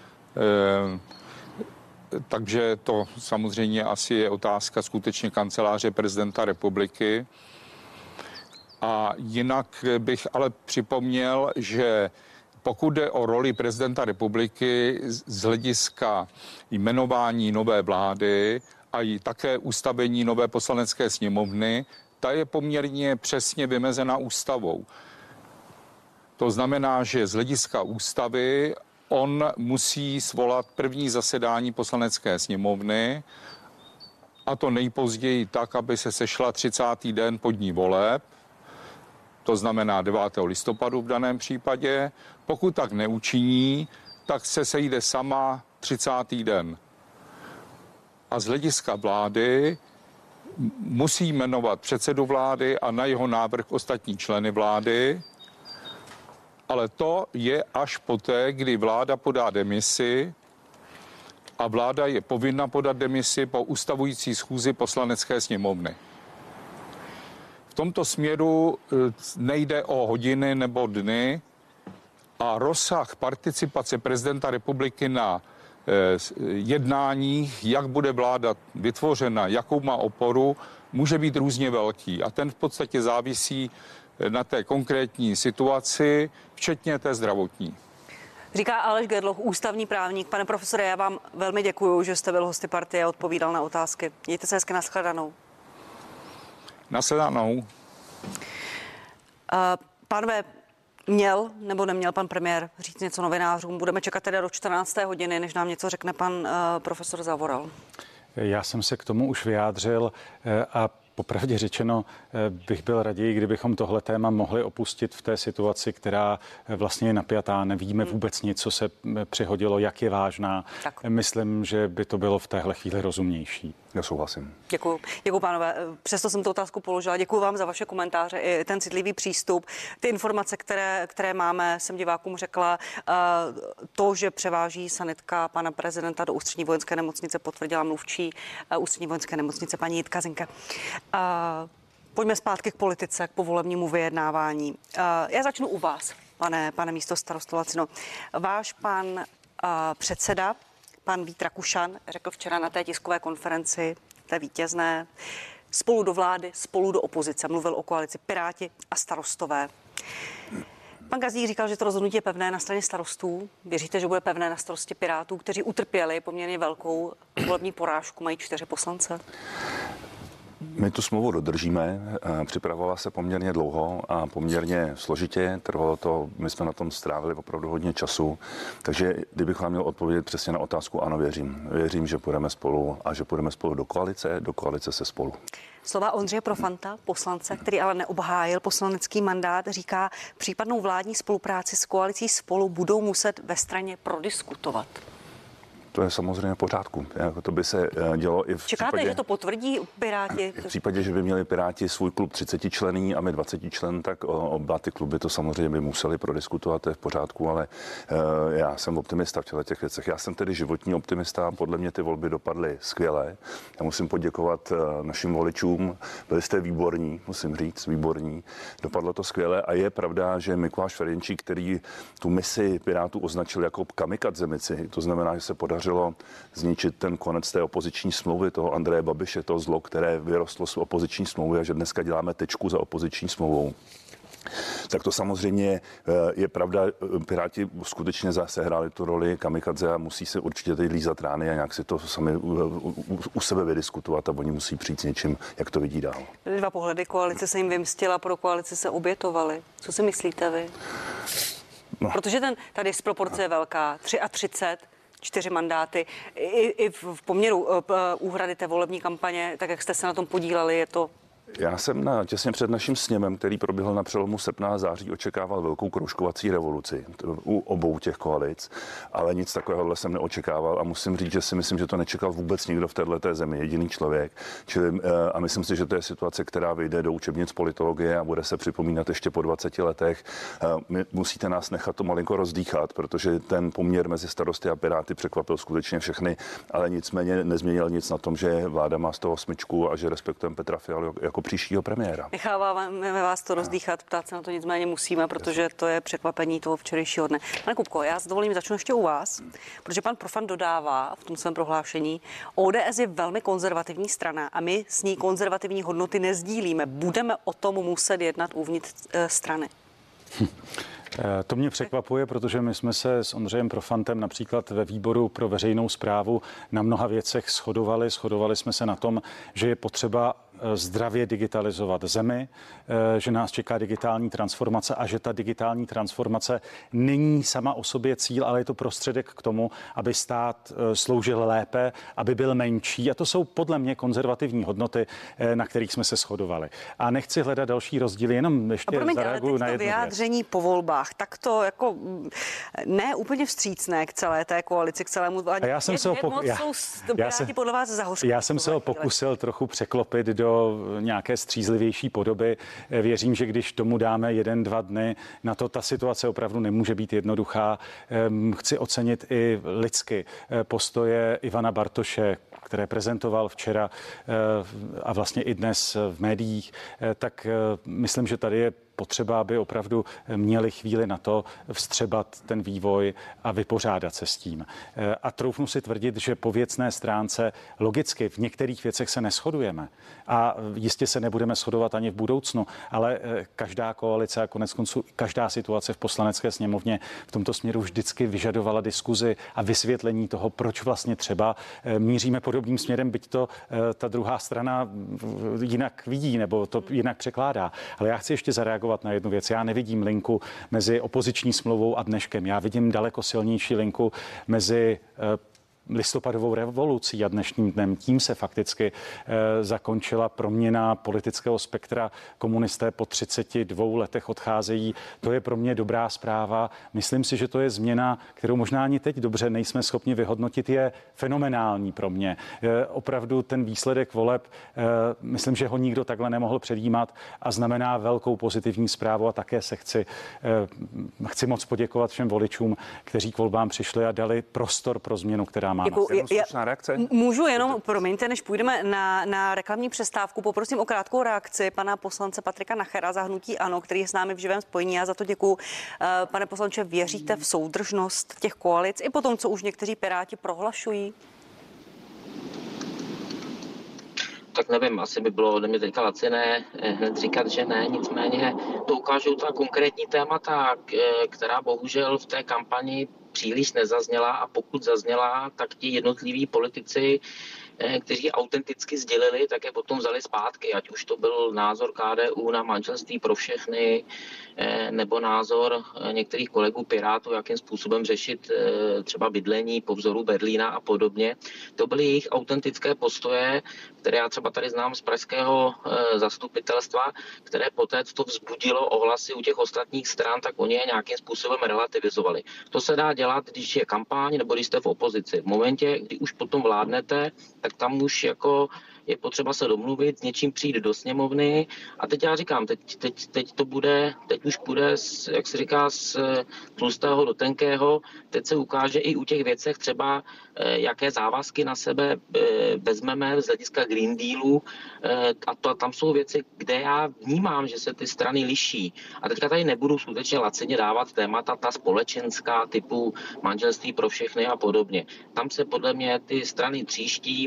Takže to samozřejmě asi je otázka skutečně kanceláře prezidenta republiky. A jinak bych ale připomněl, že pokud jde o roli prezidenta republiky z hlediska jmenování nové vlády a i také ustavení nové poslanecké sněmovny, ta je poměrně přesně vymezena ústavou. To znamená, že z hlediska ústavy on musí svolat první zasedání poslanecké sněmovny, a to nejpozději tak, aby se sešla 30. den po dní voleb, to znamená 9. listopadu v daném případě. Pokud tak neučiní, tak se sejde sama 30. den. A z hlediska vlády musí jmenovat předsedu vlády a na jeho návrh ostatní členy vlády, ale to je až poté, kdy vláda podá demisi a vláda je povinna podat demisi po ustavující schůzi poslanecké sněmovny. V tomto směru nejde o hodiny nebo dny a rozsah participace prezidenta republiky na jednáních, jak bude vláda vytvořena, jakou má oporu, může být různě velký. A ten v podstatě závisí na té konkrétní situaci, včetně té zdravotní. Říká Aleš Gerloch, ústavní právník. Pane profesore, já vám velmi děkuju, že jste byl hosty partie a odpovídal na otázky. Mějte se hezky, nashledanou. Nashledanou. Pánové, Měl nebo neměl pan premiér říct něco novinářům? Budeme čekat teda do 14. hodiny, než nám něco řekne pan profesor Zavoral. Já jsem se k tomu už vyjádřil a popravdě řečeno bych byl raději, kdybychom tohle téma mohli opustit v té situaci, která vlastně je napjatá. Nevíme vůbec nic, co se přihodilo, jak je vážná. Tak. Myslím, že by to bylo v téhle chvíli rozumnější. Já souhlasím. Děkuji, pánové. Přesto jsem tu otázku položila. Děkuji vám za vaše komentáře i ten citlivý přístup. Ty informace, které máme, jsem divákům řekla. To, že převáží sanitka pana prezidenta do Ústřední vojenské nemocnice, potvrdila mluvčí Ústřední vojenské nemocnice paní Jitka Zinka. Pojďme zpátky k politice, k povolebnímu vyjednávání. Já začnu u vás, pane místostarosto Lacino. Váš pan předseda, pan Vít Rakušan, řekl včera na té tiskové konferenci, té vítězné, spolu do vlády, spolu do opozice. Mluvil o koalici Piráti a Starostové. Pan Gazdík říkal, že to rozhodnutí je pevné na straně Starostů. Věříte, že bude pevné na straně Pirátů, kteří utrpěli poměrně velkou volební porážku, mají 4 poslance? My tu smlouvu dodržíme, připravovala se poměrně dlouho a poměrně složitě, trvalo to, my jsme na tom strávili opravdu hodně času, takže kdybych vám měl odpovědět přesně na otázku, ano, věřím. Věřím, že půjdeme spolu a že půjdeme spolu do koalice se spolu. Slova Ondřeje Profanta, poslance, který ale neobhájil poslanecký mandát, říká, případnou vládní spolupráci s koalicí Spolu budou muset ve straně prodiskutovat. To je samozřejmě v pořádku. To by se dělo i v Čekáte, případě, že to potvrdí Piráti? V případě, že by měli Piráti svůj klub 30 členný a my 20 člen, tak oba ty kluby to samozřejmě by museli prodiskutovat, to je v pořádku, ale já jsem optimista v těch věcech. Já jsem tedy životní optimista, podle mě ty volby dopadly skvěle. Já musím poděkovat našim voličům, byli jste výborní, musím říct, výborní. Dopadlo to skvěle a je pravda, že Mikuláš Ferjenčík, který tu misi Pirátů označil jako kamikadze misi, to znamená, že se podařilo zničit ten konec té opoziční smlouvy, toho Andreje Babiše, to zlo, které vyrostlo z opoziční smlouvy a že dneska děláme tečku za opoziční smlouvou. Tak to samozřejmě je pravda, Piráti skutečně sehráli tu roli kamikadze a musí se určitě teď lízat rány a nějak si to sami u sebe vydiskutovat a oni musí přijít s něčím, jak to vidí dál. 2 pohledy, koalice se jim vymstila, pro koalici se obětovali. Co si myslíte vy? No. Protože ta disproporce je velká, 33, 4 mandáty. I v poměru úhrady té volební kampaně, tak jak jste se na tom podíleli, je to... Já jsem těsně před naším sněmem, který proběhl na přelomu srpna a září, očekával velkou kroužkovací revoluci u obou těch koalic, ale nic takového jsem neočekával a musím říct, že si myslím, že to nečekal vůbec nikdo v této zemi, jediný člověk. Čili, a myslím si, že to je situace, která vyjde do učebnic politologie a bude se připomínat ještě po 20 letech. Musíte nás nechat to malinko rozdýchat, protože ten poměr mezi Starosty a Piráty překvapil skutečně všechny, ale nicméně nezměnil nic na tom, že vláda má z toho 8 a že respektujeme Petra Fialu jako příštího premiéra. Necháváme vás to rozdýchat, ptát se na to nicméně musíme, protože to je překvapení toho včerejšího dne. Pane Kupko, já s dovolením začnu ještě u vás, protože pan Profant dodává v tom svém prohlášení, ODS je velmi konzervativní strana a my s ní konzervativní hodnoty nezdílíme. Budeme o tom muset jednat uvnitř strany. To mě překvapuje, protože my jsme se s Ondřejem Profantem například ve výboru pro veřejnou správu na mnoha věcech shodovali. Shodovali jsme se na tom, že je potřeba zdravě digitalizovat zemi, že nás čeká digitální transformace a že ta digitální transformace není sama o sobě cíl, ale je to prostředek k tomu, aby stát sloužil lépe, aby byl menší. A to jsou podle mě konzervativní hodnoty, na kterých jsme se shodovali. A nechci hledat další rozdíly, jenom ještě zareaguju na jednu vyjádření věc. Po volbách, tak to jako ne úplně vstřícné k celé té koalici, k celému... A já jsem se ho pokusil trochu překlopit do nějaké střízlivější podoby. Věřím, že když tomu dáme 1-2 dny, na to ta situace opravdu nemůže být jednoduchá. Chci ocenit i lidsky postoje Ivana Bartoše, které prezentoval včera a vlastně i dnes v médiích, tak myslím, že tady je potřeba, aby opravdu měli chvíli na to vstřebat ten vývoj a vypořádat se s tím. A troufnu si tvrdit, že po věcné stránce logicky v některých věcech se neshodujeme a jistě se nebudeme shodovat ani v budoucnu, ale každá koalice a koneckonců každá situace v Poslanecké sněmovně v tomto směru vždycky vyžadovala diskuzi a vysvětlení toho, proč vlastně třeba míříme podobným směrem, byť to ta druhá strana jinak vidí nebo to jinak překládá. Ale já chci ještě zareagovat reagovat na jednu věc. Já nevidím linku mezi opoziční smlouvou a dneškem. Já vidím daleko silnější linku mezi listopadovou revolucí a dnešním dnem. Tím se fakticky zakončila proměna politického spektra. Komunisté po 32 letech odcházejí. To je pro mě dobrá zpráva. Myslím si, že to je změna, kterou možná ani teď dobře nejsme schopni vyhodnotit, je fenomenální pro mě. Opravdu ten výsledek voleb, myslím, že ho nikdo takhle nemohl předjímat a znamená velkou pozitivní zprávu a také se chci moc poděkovat všem voličům, kteří k volbám přišli a dali prostor pro změnu, která má. Můžu jenom, promiňte, než půjdeme na reklamní přestávku, poprosím o krátkou reakci pana poslance Patrika Nachera za hnutí ANO, který je s námi v živém spojení. Já za to děkuju. Pane poslanče, věříte v soudržnost těch koalic i po tom, co už někteří Piráti prohlašují? Tak nevím, asi by bylo ode mě teďka laciné hned říkat, že ne, nicméně to ukážou ta konkrétní témata, která bohužel v té kampani příliš nezazněla a pokud zazněla, tak ti jednotliví politici, kteří autenticky sdělili, tak je potom vzali zpátky, ať už to byl názor KDU na manželství pro všechny, nebo názor některých kolegů Pirátů, jakým způsobem řešit třeba bydlení po vzoru Berlína a podobně. To byly jejich autentické postoje, které já třeba tady znám z pražského zastupitelstva, které poté, co to vzbudilo ohlasy u těch ostatních stran, tak oni je nějakým způsobem relativizovali. To se dá dělat, když je kampaň nebo když jste v opozici. V momentě, kdy už potom vládnete, tak tam už jako je potřeba se domluvit, s něčím přijít do sněmovny a teď já říkám, teď už bude, jak se říká, z tlustého do tenkého, teď se ukáže i u těch věcech třeba, jaké závazky na sebe vezmeme z hlediska Green Dealu a tam jsou věci, kde já vnímám, že se ty strany liší. A teďka tady nebudu skutečně lacině dávat témata ta společenská typu manželství pro všechny a podobně. Tam se podle mě ty strany tříští,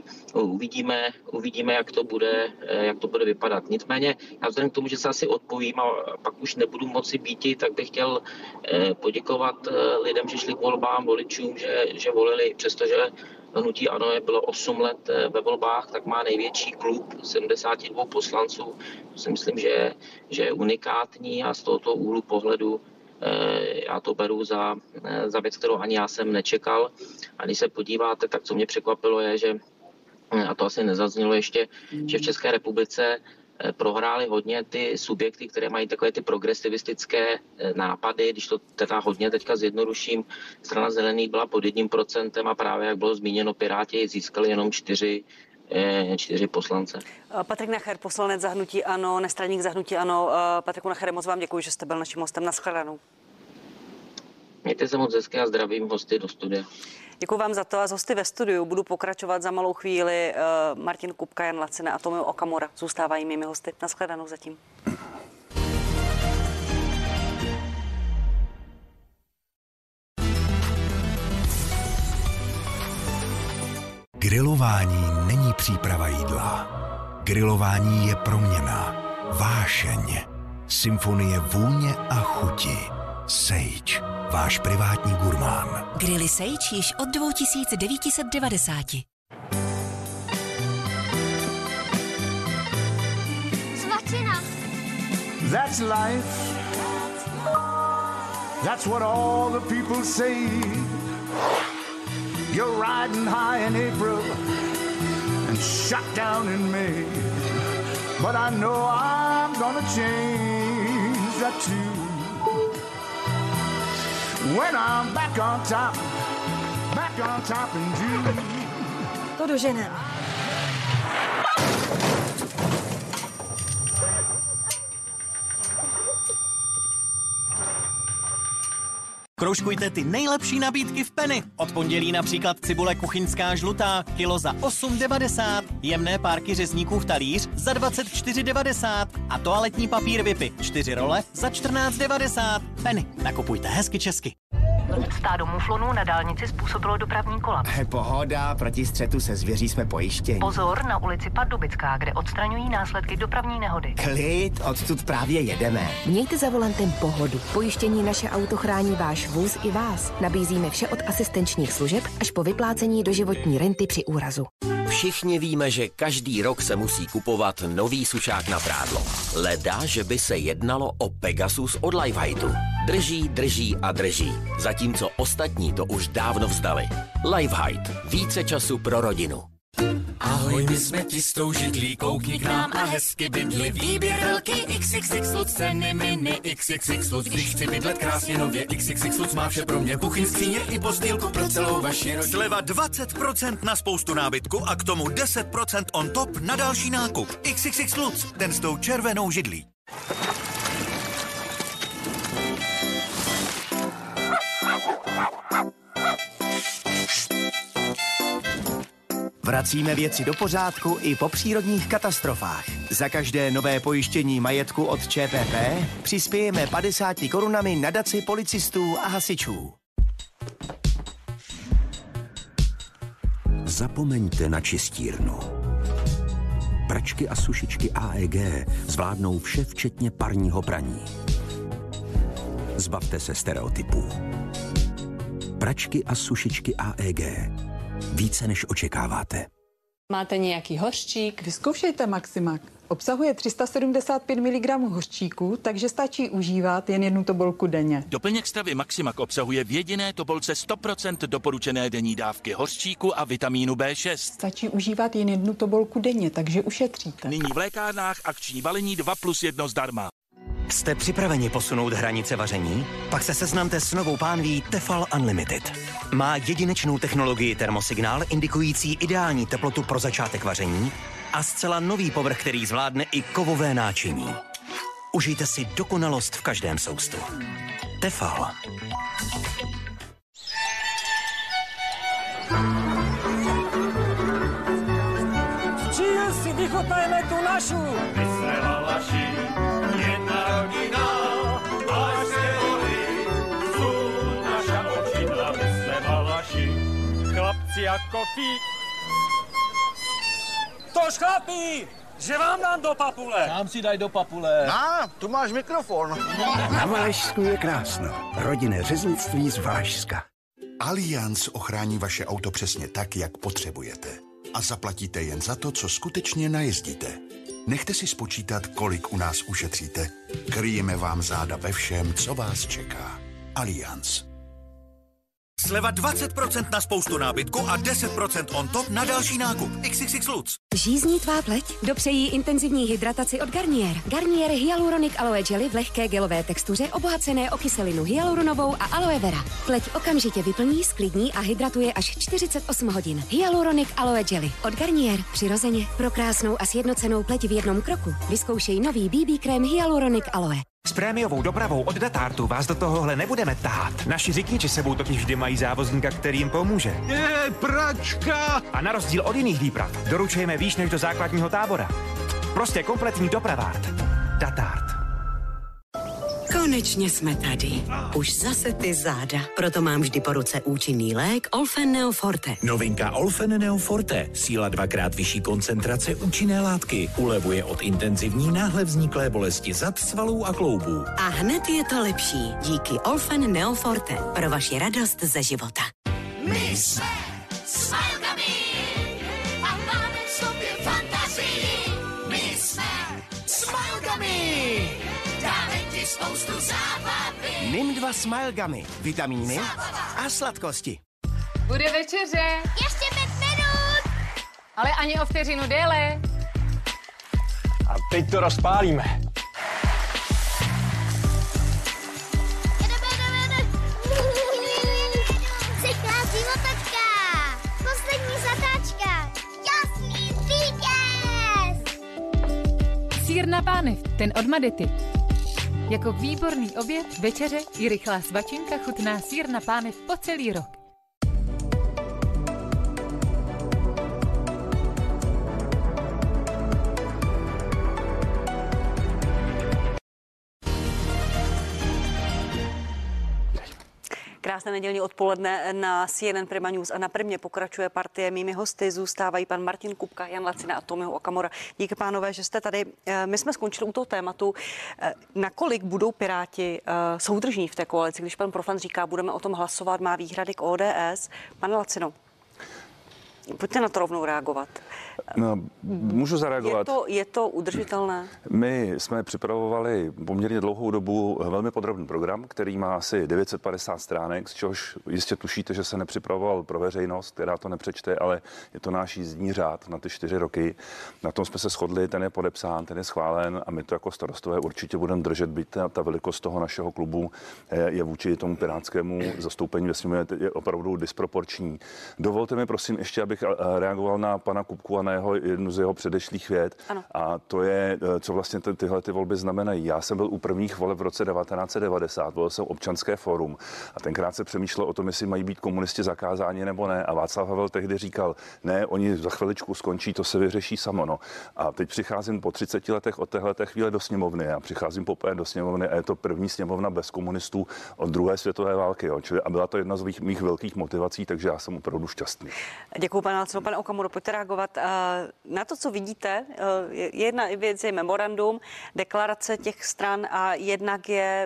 uvidíme, jak to bude vypadat. Nicméně, já vzhledem k tomu, že se asi odpovím a pak už nebudu moci býti, tak bych chtěl poděkovat lidem, že šli k volbám, voličům, že volili, přestože hnutí ANO bylo 8 let ve volbách, tak má největší klub 72 poslanců. To si myslím, že je unikátní a z tohoto úhlu pohledu já to beru za věc, kterou ani já jsem nečekal. A když se podíváte, tak co mě překvapilo je, že a to asi nezaznělo ještě, že v České republice prohrály hodně ty subjekty, které mají takové ty progresivistické nápady, když to teda hodně teďka zjednoduším, strana zelených byla pod 1% a právě, jak bylo zmíněno, Piráti získali jenom 4 poslance. Patrik Nacher, poslanec za hnutí ANO, nestraník za hnutí ANO. Patriku Nachere, moc vám děkuji, že jste byl naším hostem. Nashledanou. Mějte se moc hezky a zdravím hosty do studia. Děkuji vám za to a z hosty ve studiu budu pokračovat za malou chvíli. Martin Kupka, Jan Lacina a Tomio Okamura zůstávají mými hosty. Nashledanou zatím. Grilování není příprava jídla. Grilování je proměna, vášeň, symfonie vůně a chuti. Sage, váš privátní gurmán. Grily Sage již od 2990. Svačina. That's life. That's what all the people say. You're riding high in April and shut down in May. But I know I'm gonna change that too. When I'm back on top in June. To doženem. Kroužkujte ty nejlepší nabídky v Penny. Od pondělí například cibule kuchyňská žlutá, kilo za 8,90. Jemné párky řezníků v talíř za 24,90. A toaletní papír Vipy 4 role za 14,90. Penny, nakupujte hezky česky. Stádo muflonů na dálnici způsobilo dopravní kolaps. Pohoda, proti střetu se zvěří jsme pojištěni. Pozor na ulici Pardubická, kde odstraňují následky dopravní nehody. Klid, odtud právě jedeme. Mějte za volantem pohodu. Pojištění Naše auto chrání váš vůz i vás. Nabízíme vše od asistenčních služeb až po vyplácení doživotní renty při úrazu. Všichni víme, že každý rok se musí kupovat nový sušák na prádlo. Leda, že by se jednalo o Pegasus od Lifehightu. Drží, drží a drží. Zatímco ostatní to už dávno vzdali. Lifehight. Více času pro rodinu. Ahoj, my jsme ti s tou židlí, koukni k nám a hezky bydli. Výběr velký XXX, ceny mini XXX, když chci bydlet krásně nově. XXX má vše pro mě, kuchyň, skříně i postýlku pro celou vaši rodinu. Sleva 20% na spoustu nábytku a k tomu 10% on top na další nákup. XXX Lutz, ten s tou červenou židlí. Vracíme věci do pořádku i po přírodních katastrofách. Za každé nové pojištění majetku od ČPP přispějeme 50 korunami nadaci policistů a hasičů. Zapomeňte na čistírnu. Pračky a sušičky AEG zvládnou vše včetně parního praní. Zbavte se stereotypů. Pračky a sušičky AEG. Více než očekáváte. Máte nějaký hořčík? Vyzkoušejte Maximak. Obsahuje 375 mg hořčíku, takže stačí užívat jen jednu tobolku denně. Doplněk stravy Maximak obsahuje v jediné tobolce 100% doporučené denní dávky hořčíku a vitamínu B6. Stačí užívat jen jednu tobolku denně, takže ušetříte. Nyní v lékárnách akční balení 2+1 zdarma. Jste připraveni posunout hranice vaření? Pak se seznamte s novou pánví Tefal Unlimited. Má jedinečnou technologii termosignál indikující ideální teplotu pro začátek vaření a zcela nový povrch, který zvládne i kovové náčiní. Užijte si dokonalost v každém soustu. Tefal. Čím si vychutnajme tu našu? My jsme Valaši, jedna rodina, až se volí, jsou naša očidla, my jsme Valaši, chlapci jako fík. Tož chlapi, že vám dám do papule. Sám si daj do papule. Tu máš mikrofon. Na Valašsku je krásno. Rodinné řeznictví z Valašska. Allianz ochrání vaše auto přesně tak, jak potřebujete. A zaplatíte jen za to, co skutečně najezdíte. Nechte si spočítat, kolik u nás ušetříte. Kryjeme vám záda ve všem, co vás čeká. Allianz. Sleva 20% na spoustu nábytku a 10% on top na další nákup. XXX Lutz. Žízní tvá pleť? Dopřejí intenzivní hydrataci od Garnier. Garnier Hyaluronic Aloe Jelly v lehké gelové textuře obohacené o kyselinu hyaluronovou a aloe vera. Pleť okamžitě vyplní, sklidní a hydratuje až 48 hodin. Hyaluronic Aloe Jelly od Garnier. Přirozeně pro krásnou a sjednocenou pleť v jednom kroku. Vyzkoušej nový BB krém Hyaluronic Aloe. S prémiovou dopravou od Datartu vás do tohohle nebudeme tahat. Naši řidiči sebou totiž vždy mají závozníka, který jim pomůže. Pračka! A na rozdíl od jiných výprav doručujeme výš než do základního tábora. Prostě kompletní dopravárd. Datart. Konečně jsme tady. Už zase ty záda. Proto mám vždy po ruce účinný lék Olfen Neoforte. Novinka Olfen Neoforte. Síla 2x vyšší koncentrace účinné látky. Ulevuje od intenzivní náhle vzniklé bolesti zad, svalů a kloubů. A hned je to lepší. Díky Olfen Neoforte. Pro vaši radost ze života. My jsme Smilgami a máme v sobě fantazii. My jsme Smilgami. Dáme ti spoustu zábavy. NIM 2 Smilgami. Vitamíny a sladkosti. Bude večeře. Ještě 5 minut. Ale ani o vteřinu déle. A teď to rozpálíme. Přichází motočka. Poslední zatáčka. Jasný vítěz. Sýr na pánev, ten od Madety. Jako výborný oběd, večeře i rychlá svačinka chutná sýr na pánev po celý rok. Krásné nedělní odpoledne na CNN Prima News a na Primě pokračuje partie. Mými hosty zůstávají pan Martin Kupka, Jan Lacina a Tomio Okamura. Díky, pánové, že jste tady. My jsme skončili u toho tématu, nakolik budou Piráti soudržní v té koalici, když pan Profant říká, budeme o tom hlasovat, má výhrady k ODS. Pane Lacino. Pojďte na to rovnou reagovat. No, můžu zareagovat. Je to udržitelné? My jsme připravovali poměrně dlouhou dobu velmi podrobný program, který má asi 950 stránek, z čehož jistě tušíte, že se nepřipravoval pro veřejnost, která to nepřečte, ale je to náš jízdní řád na ty 4 roky. Na tom jsme se shodli, ten je podepsán, ten je schválen a my to jako starostové určitě budeme držet, byť ta velikost toho našeho klubu je vůči tomu pirátskému zastoupení ve sněmovně je opravdu disproporční. Dovolte mi prosím ještě, abych reagoval na pana Kupku a na jednu z jeho předešlých vět. Ano. A to je, co vlastně tyhle volby znamenají. Já jsem byl u prvních voleb v roce 1990, volil jsem Občanské fórum a tenkrát se přemýšlelo o tom, jestli mají být komunisti zakázáni nebo ne. A Václav Havel tehdy říkal, ne, oni za chviličku skončí, to se vyřeší samo. No. A teď přicházím po 30 letech od téhleté chvíle do sněmovny. A přicházím poprvé do sněmovny a je to první sněmovna bez komunistů od druhé světové války. Jo. Čili a byla to jedna z mých velkých motivací, takže já jsem opravdu šťastný. Děkuji, pane Lacino. Pane Okamuro, pojďte reagovat. Na to, co vidíte, jedna věc je memorandum, deklarace těch stran a jednak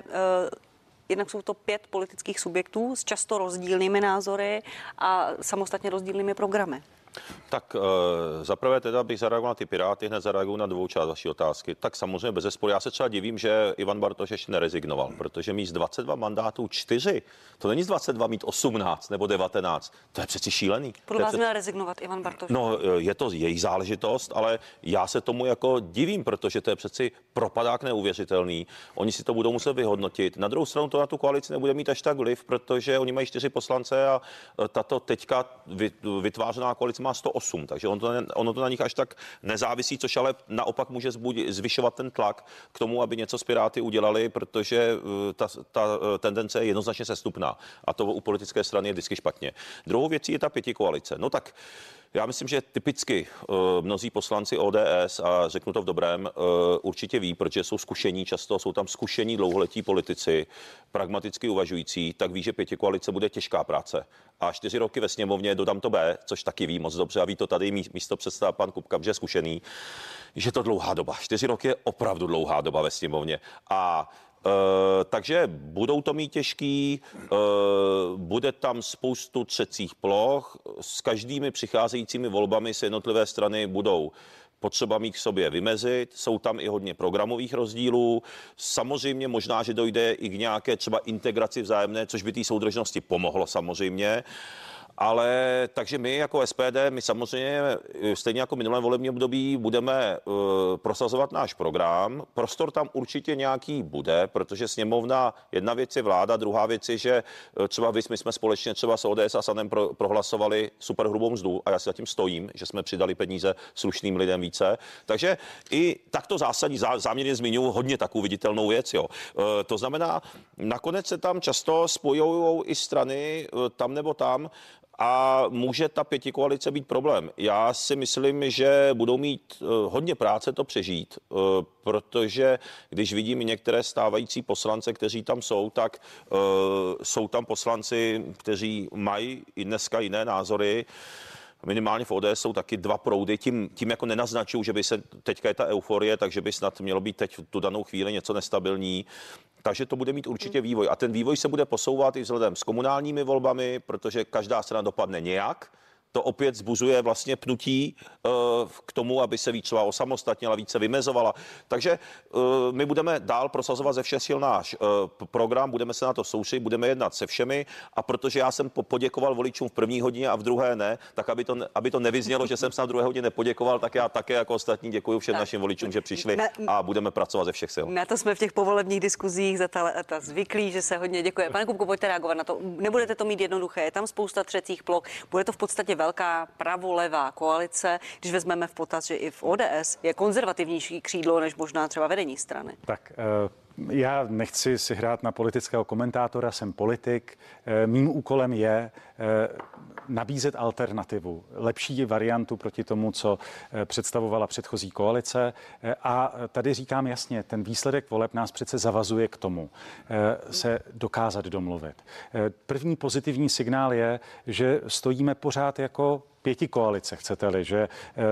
jsou to 5 politických subjektů s často rozdílnými názory a samostatně rozdílnými programy. Tak zaprvé teda bych zareagoval na ty Piráty, hned zareaguju na druhou část vaší otázky. Tak samozřejmě bezesporu. Já se třeba divím, že Ivan Bartoš ještě nerezignoval, protože mít z 22 mandátů 4, to není z 22 mít 18 nebo 19, to je přeci šílený. Podle vás měl rezignovat Ivan Bartoš? No, je to jejich záležitost, ale já se tomu jako divím, protože to je přeci propadák neuvěřitelný. Oni si to budou muset vyhodnotit. Na druhou stranu to na tu koalici nebude mít až tak vliv, protože oni mají 4 poslance a tato teďka vytvářená koalice má 108, takže ono to na nich až tak nezávisí, což ale naopak může zvyšovat ten tlak k tomu, aby něco s Piráty udělali, protože ta tendence je jednoznačně sestupná a to u politické strany je vždycky špatně. Druhou věcí je ta pětikoalice. No tak já myslím, že typicky mnozí poslanci ODS, a řeknu to v dobrém, určitě ví, protože jsou zkušení, často jsou tam zkušení dlouholetí politici, pragmaticky uvažující, tak ví, že pětikoalice bude těžká práce. A 4 roky ve sněmovně, dodám to B, což taky ví moc dobře a ví to tady místopředseda pan Kupka, že je zkušený, že to dlouhá doba. 4 roky je opravdu dlouhá doba ve sněmovně. A takže budou to mít těžký, bude tam spoustu třecích ploch, s každými přicházejícími volbami se jednotlivé strany budou potřeba mít k sobě vymezit, jsou tam i hodně programových rozdílů, samozřejmě možná, že dojde i k nějaké třeba integraci vzájemné, což by té soudržnosti pomohlo samozřejmě. Ale takže my jako SPD, my samozřejmě stejně jako minulém volebním období budeme prosazovat náš program. Prostor tam určitě nějaký bude, protože sněmovna, jedna věc je vláda, druhá věc je, že třeba my jsme společně třeba s ODS a SANem prohlasovali superhrubou mzdu a já si zatím stojím, že jsme přidali peníze slušným lidem více. Takže i takto zásadní, záměrně zmiňuji hodně takovou viditelnou věc. Jo. To znamená, nakonec se tam často spojují i strany tam nebo tam, a může ta pětikoalice být problém. Já si myslím, že budou mít hodně práce to přežít, protože když vidím některé stávající poslance, kteří tam jsou, tak jsou tam poslanci, kteří mají i dneska jiné názory. Minimálně v ODS jsou taky 2 proudy, tím jako nenaznačují, že by se teďka je ta euforie, takže by snad mělo být teď v tu danou chvíli něco nestabilní. Takže to bude mít určitě vývoj. A ten vývoj se bude posouvat i vzhledem s komunálními volbami, protože každá strana dopadne nějak. To opět zbuzuje vlastně pnutí k tomu, aby se víc třeba osamostatnila, více vymezovala. Takže my budeme dál prosazovat ze všech sil náš program, budeme se na to soustředit, budeme jednat se všemi a protože já jsem poděkoval voličům v první hodině a v druhé ne, tak aby to nevyznělo, že jsem snad v druhé hodině nepoděkoval, tak já také jako ostatní děkuji všem našim voličům, že přišli a budeme pracovat ze všech sil. Na to jsme v těch povolebních diskuzích za ta léta zvyklí, že se hodně děkuje. Pane Kupku, pojďte reagovat na to. Nebudete to mít jednoduché, je tam spousta třecích ploch, bude to v podstatě velká pravolevá koalice, když vezmeme v potaz, že i v ODS je konzervativnější křídlo než možná třeba vedení strany. Tak já nechci si hrát na politického komentátora, jsem politik. Mým úkolem je nabízet alternativu, lepší variantu proti tomu, co představovala předchozí koalice. A tady říkám jasně, ten výsledek voleb nás přece zavazuje k tomu se dokázat domluvit. První pozitivní signál je, že stojíme pořád jako pětikoalice, chcete-li, že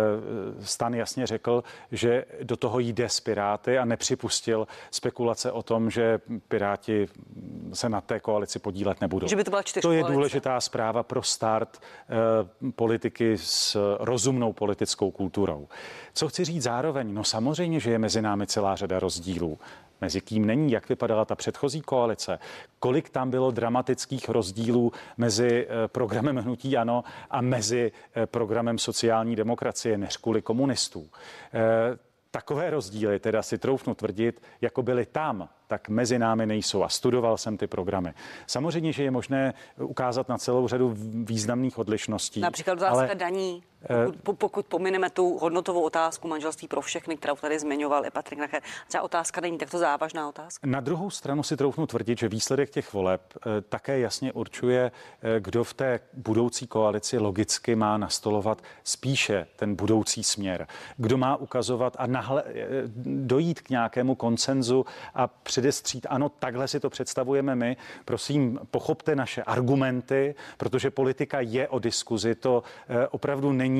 STAN jasně řekl, že do toho jde s Piráty a nepřipustil spekulace o tom, že Piráti se na té koalici podílet nebudou. Že by to byla To je důležitá zpráva pro start politiky s rozumnou politickou kulturou. Co chci říct zároveň? No samozřejmě, že je mezi námi celá řada rozdílů. Mezi kým není, jak vypadala ta předchozí koalice, kolik tam bylo dramatických rozdílů mezi programem Hnutí ANO a mezi programem sociální demokracie, než kvůli komunistů. Takové rozdíly, teda si troufnu tvrdit, jako byly tam, tak mezi námi nejsou a studoval jsem ty programy. Samozřejmě, že je možné ukázat na celou řadu významných odlišností. Například otázka daní. Pokud pomineme tu hodnotovou otázku manželství pro všechny, kterou tady zmiňoval i Patrik Nacher, třeba otázka není takto závažná otázka. Na druhou stranu si troufnu tvrdit, že výsledek těch voleb také jasně určuje, kdo v té budoucí koalici logicky má nastolovat spíše ten budoucí směr. Kdo má ukazovat a dojít k nějakému konsenzu a předestřít, ano, takhle si to představujeme my. Prosím, pochopte naše argumenty, protože politika je o diskuzi, to opravdu není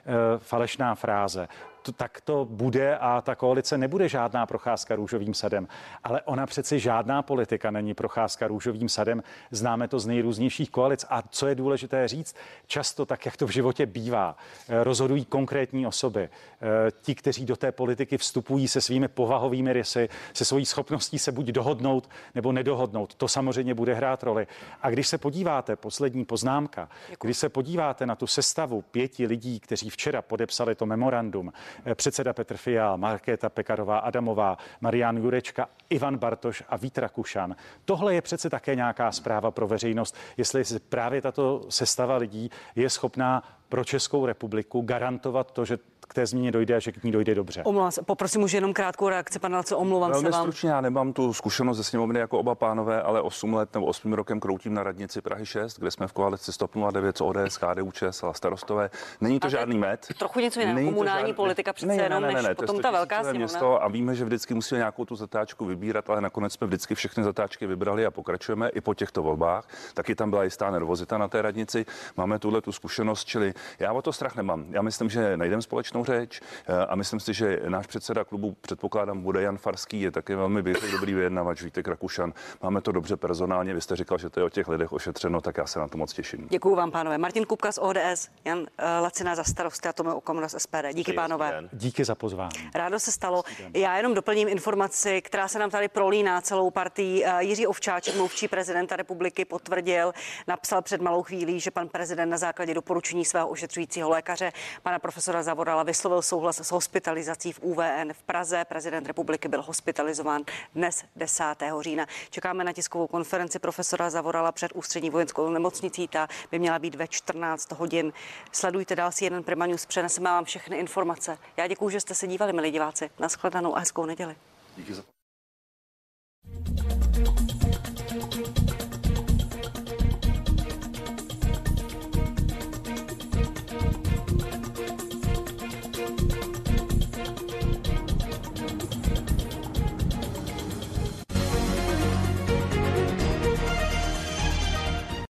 falešná fráze. Tak to bude a ta koalice nebude žádná procházka růžovým sadem. Ale ona přeci žádná politika není procházka růžovým sadem. Známe to z nejrůznějších koalic. A co je důležité říct, často, tak jak to v životě bývá, rozhodují konkrétní osoby. Ti, kteří do té politiky vstupují se svými povahovými rysy, se svojí schopností se buď dohodnout nebo nedohodnout. To samozřejmě bude hrát roli. A když se podíváte, poslední poznámka, když se podíváte na tu sestavu 5 lidí, kteří včera podepsali to memorandum, předseda Petr Fiala, Markéta Pekarová Adamová, Marian Jurečka, Ivan Bartoš a Vít Rakušan. Tohle je přece také nějaká zpráva pro veřejnost, jestli právě tato sestava lidí je schopná pro Českou republiku garantovat to, že k té změně dojde a že k ní dojde dobře. Omlouvám se, poprosím už jenom krátkou reakci, pane Laco, omlouvám se vám. Velmi stručně, já nemám tu zkušenost ze sněmovny jako oba pánové, ale 8 let nebo 8 rokem kroutím na radnici Prahy 6, kde jsme v koalici STOP 09, ODS, KDU, ČSL a Starostové. Není to žádný med. Trochu něco jiného, komunální politika přece jenom, než potom ta velká sněmovna. A víme, že vždycky musíme nějakou tu zatáčku vybírat, ale nakonec jsme vždycky všechny zatáčky vybrali a pokračujeme i po těchto volbách. Taky tam byla jistá nervozita na té radnici. Máme tuhle tu zkušenost, čili já o to strach nemám. Já myslím, že najdeme společnou řeč. A myslím si, že náš předseda klubu, předpokládám, bude Jan Farský, je taky velmi dobrý vyjednavač, Vítek Rakušan. Máme to dobře personálně. Vy jste říkal, že to je o těch lidech ošetřeno, tak já se na to moc těším. Děkuju vám, pánové. Martin Kupka z ODS, Jan Lacina za Starosty a Tomio Okamura z SPD. Díky, pánové. Díky za pozvání. Rádo se stalo. Já jenom doplním informaci, která se nám tady prolíná celou partii. Jiří Ovčáček, mluvčí prezidenta republiky, potvrdil, napsal před malou chvílí, že pan prezident na základě doporučení svého ošetřujícího lékaře, pana profesora Zavorala, vyslovil souhlas s hospitalizací v UVN v Praze. Prezident republiky byl hospitalizován dnes 10. října. Čekáme na tiskovou konferenci profesora Zavorala před ústřední vojenskou nemocnicí. Ta by měla být ve 14 hodin. Sledujte dál si jeden Prima News, přeneseme vám všechny informace. Já děkuju, že jste se dívali, milí diváci. Nashledanou a hezkou neděli. Díky za